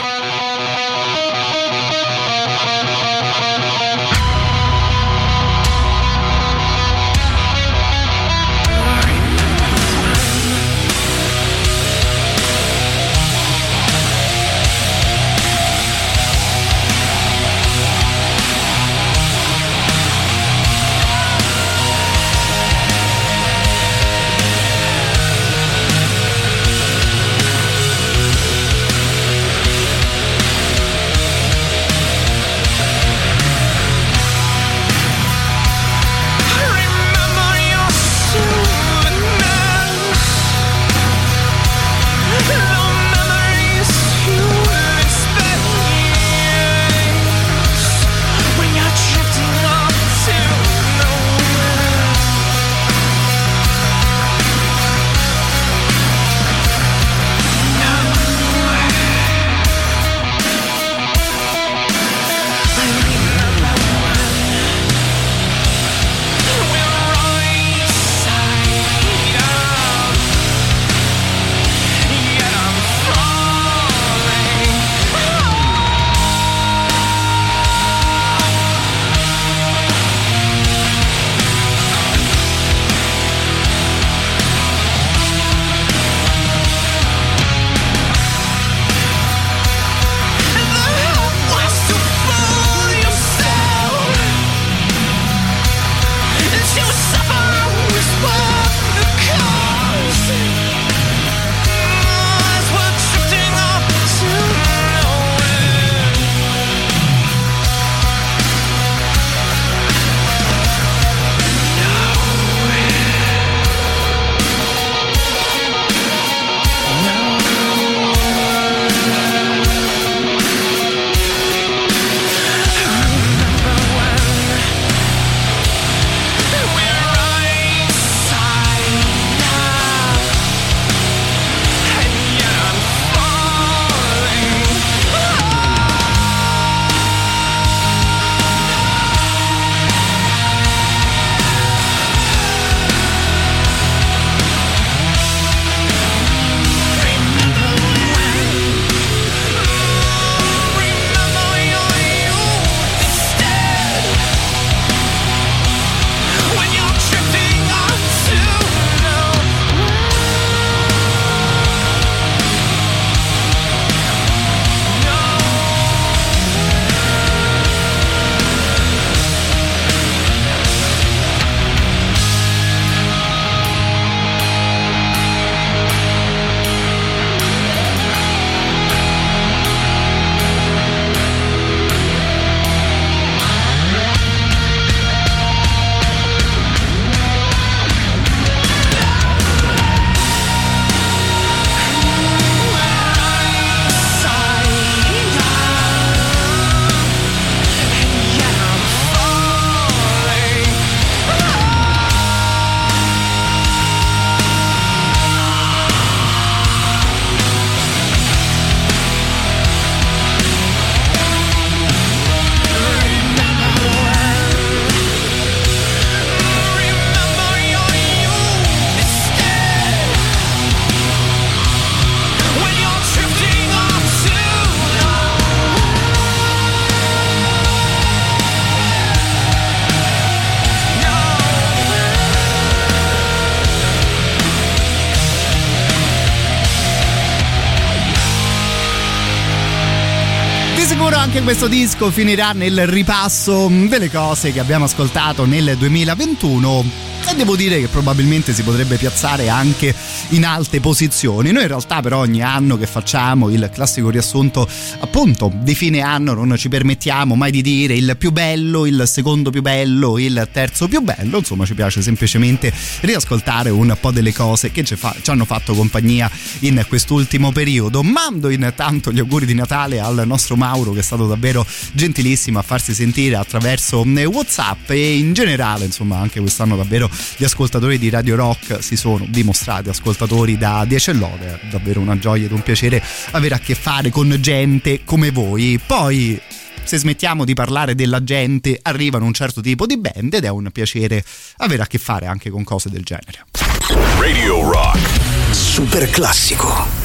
Anche questo disco finirà nel ripasso delle cose che abbiamo ascoltato nel 2021. e devo dire che probabilmente si potrebbe piazzare anche in alte posizioni. Noi in realtà però ogni anno che facciamo il classico riassunto appunto di fine anno non ci permettiamo mai di dire il più bello, il secondo più bello, il terzo più bello, insomma ci piace semplicemente riascoltare un po' delle cose che ci hanno fatto compagnia in quest'ultimo periodo. Mando intanto gli auguri di Natale al nostro Mauro, che è stato davvero gentilissimo a farsi sentire attraverso WhatsApp, e in generale insomma anche quest'anno davvero gli ascoltatori di Radio Rock si sono dimostrati ascoltatori da 10 lode. È davvero una gioia ed un piacere avere a che fare con gente come voi. Poi se smettiamo di parlare della gente arrivano un certo tipo di band ed è un piacere avere a che fare anche con cose del genere. Radio Rock Super classico.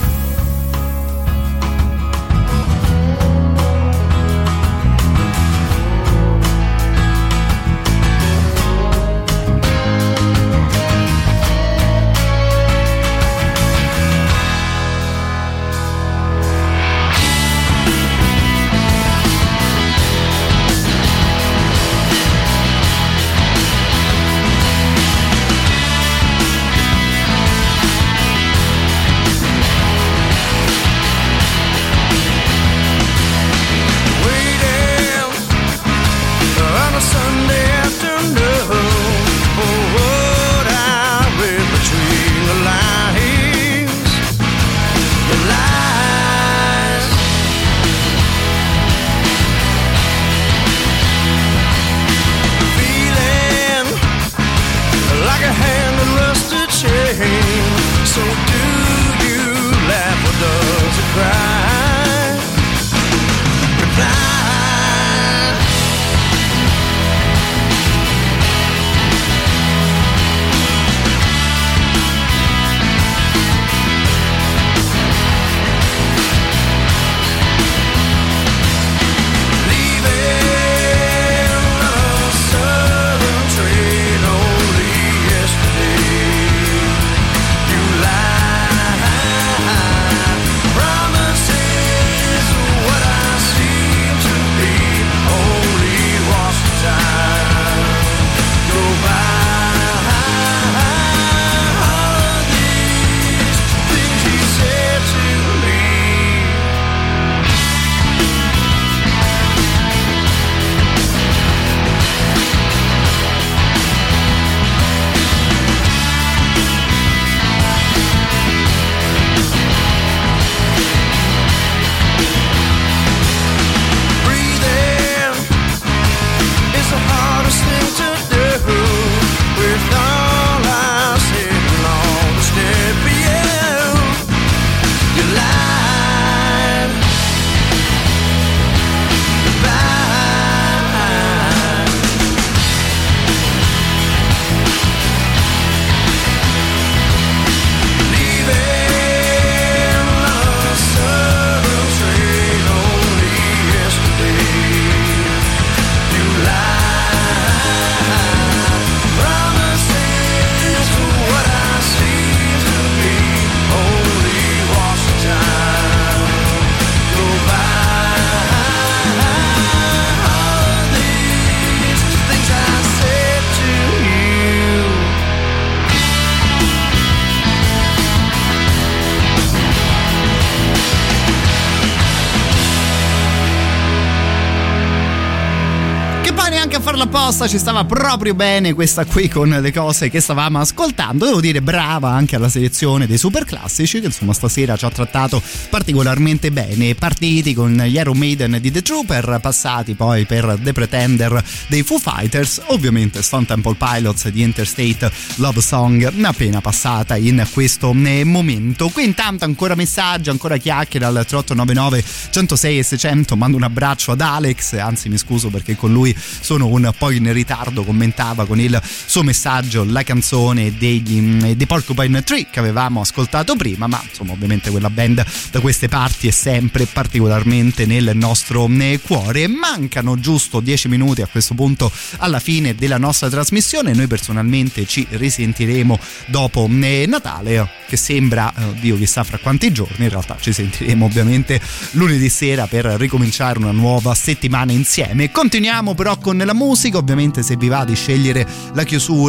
Apposta ci stava proprio bene questa qui con le cose che stavamo ascoltando. Devo dire brava anche alla selezione dei super classici, che insomma stasera ci ha trattato particolarmente bene. Partiti con gli Iron Maiden di The Trooper, passati poi per The Pretender dei Foo Fighters, ovviamente Stone Temple Pilots di Interstate Love Song appena passata in questo momento. Qui intanto ancora messaggi, ancora chiacchiere al 3899 106 e 600. Mando un abbraccio ad Alex, anzi mi scuso perché con lui sono un po' in ritardo, commentava con il suo messaggio la canzone dei Porcupine Tree che avevamo ascoltato prima, ma insomma ovviamente quella band da queste parti è sempre particolarmente nel nostro cuore. Mancano giusto 10 minuti a questo punto alla fine della nostra trasmissione. Noi personalmente ci risentiremo dopo Natale, che sembra Dio chissà fra quanti giorni. In realtà ci sentiremo ovviamente lunedì sera per ricominciare una nuova settimana insieme. Continuiamo però con la musica, ovviamente se vi va di scegliere la chiusura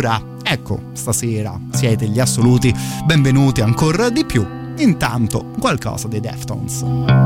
ecco, stasera siete gli assoluti benvenuti ancora di più. Intanto qualcosa dei Deftones.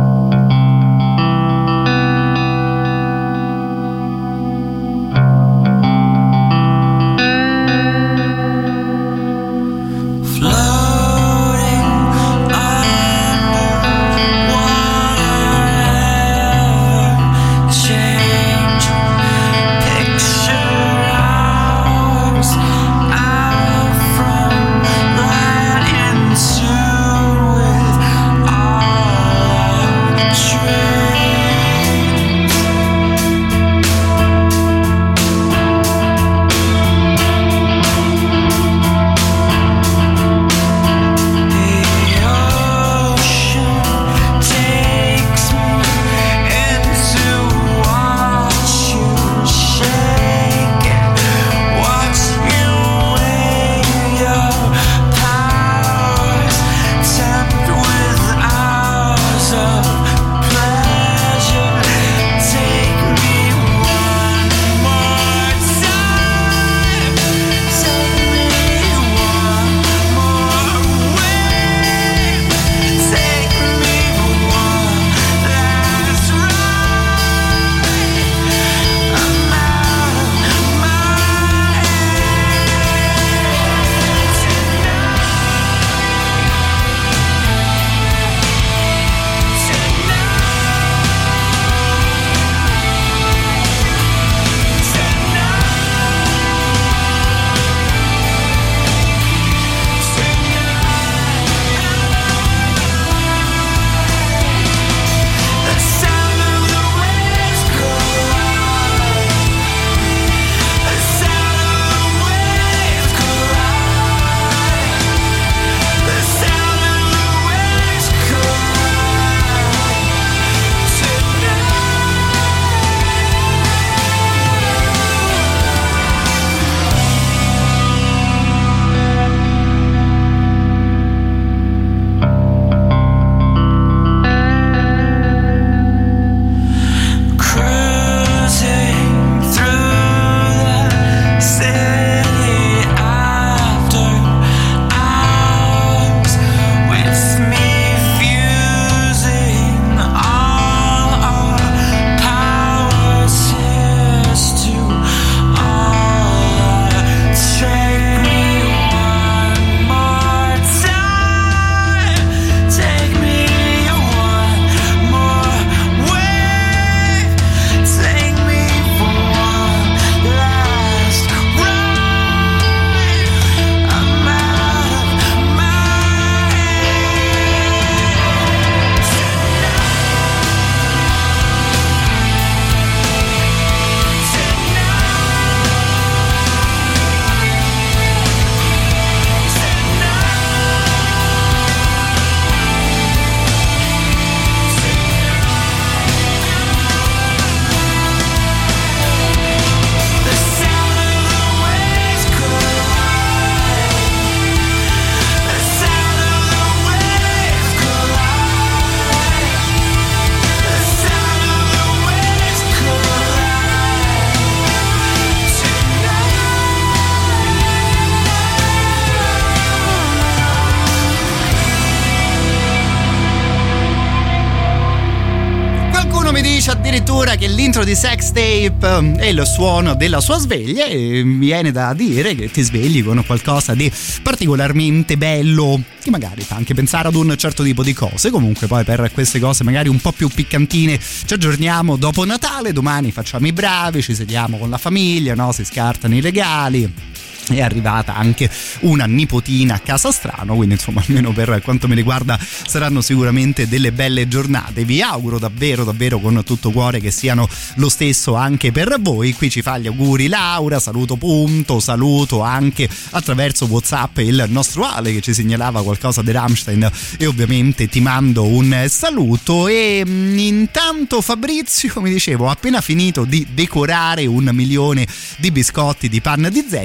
Addirittura che l'intro di Sex Tape è il suono della sua sveglia e viene da dire che ti svegli con qualcosa di particolarmente bello che magari fa anche pensare ad un certo tipo di cose. Comunque poi per queste cose magari un po' più piccantine ci aggiorniamo dopo Natale, domani facciamo i bravi, ci sediamo con la famiglia, no? Si scartano i regali. È arrivata anche una nipotina a casa Strano, quindi insomma almeno per quanto mi riguarda saranno sicuramente delle belle giornate. Vi auguro davvero davvero con tutto cuore che siano lo stesso anche per voi. Qui ci fa gli auguri Laura, saluto Punto, saluto anche attraverso WhatsApp il nostro Ale che ci segnalava qualcosa di Rammstein e ovviamente ti mando un saluto. E intanto Fabrizio, mi dicevo, ho appena finito di decorare 1 milione di biscotti di panna di zenzero.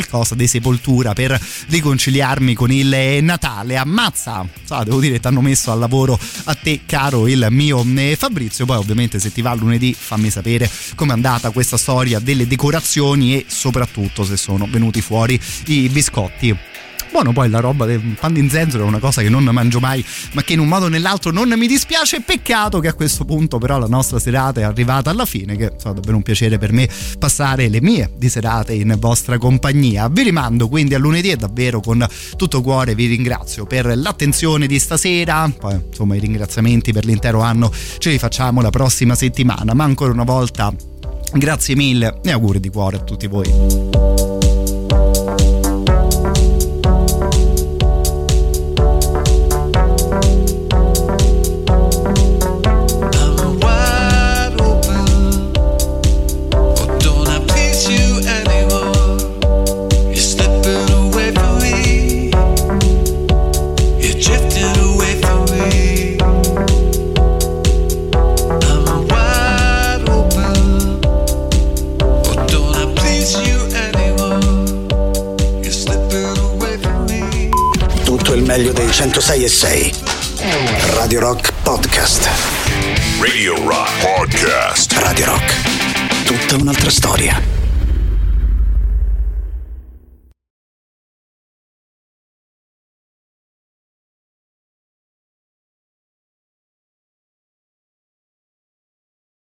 qualcosa di Sepoltura per riconciliarmi con il Natale. Ammazza, devo dire, ti hanno messo al lavoro a te, caro il mio Fabrizio. Poi ovviamente se ti va lunedì fammi sapere com'è andata questa storia delle decorazioni e soprattutto se sono venuti fuori i biscotti. Buono, poi la roba del pan di zenzero è una cosa che non mangio mai, ma che in un modo o nell'altro non mi dispiace. Peccato che a questo punto però la nostra serata è arrivata alla fine, che è davvero un piacere per me passare le mie di serate in vostra compagnia. Vi rimando quindi a lunedì e davvero con tutto cuore vi ringrazio per l'attenzione di stasera. Poi insomma i ringraziamenti per l'intero anno ce li facciamo la prossima settimana, ma ancora una volta grazie mille e auguri di cuore a tutti voi. Meglio dei 106.6 Radio Rock Podcast. Radio Rock Podcast. Radio Rock, tutta un'altra storia.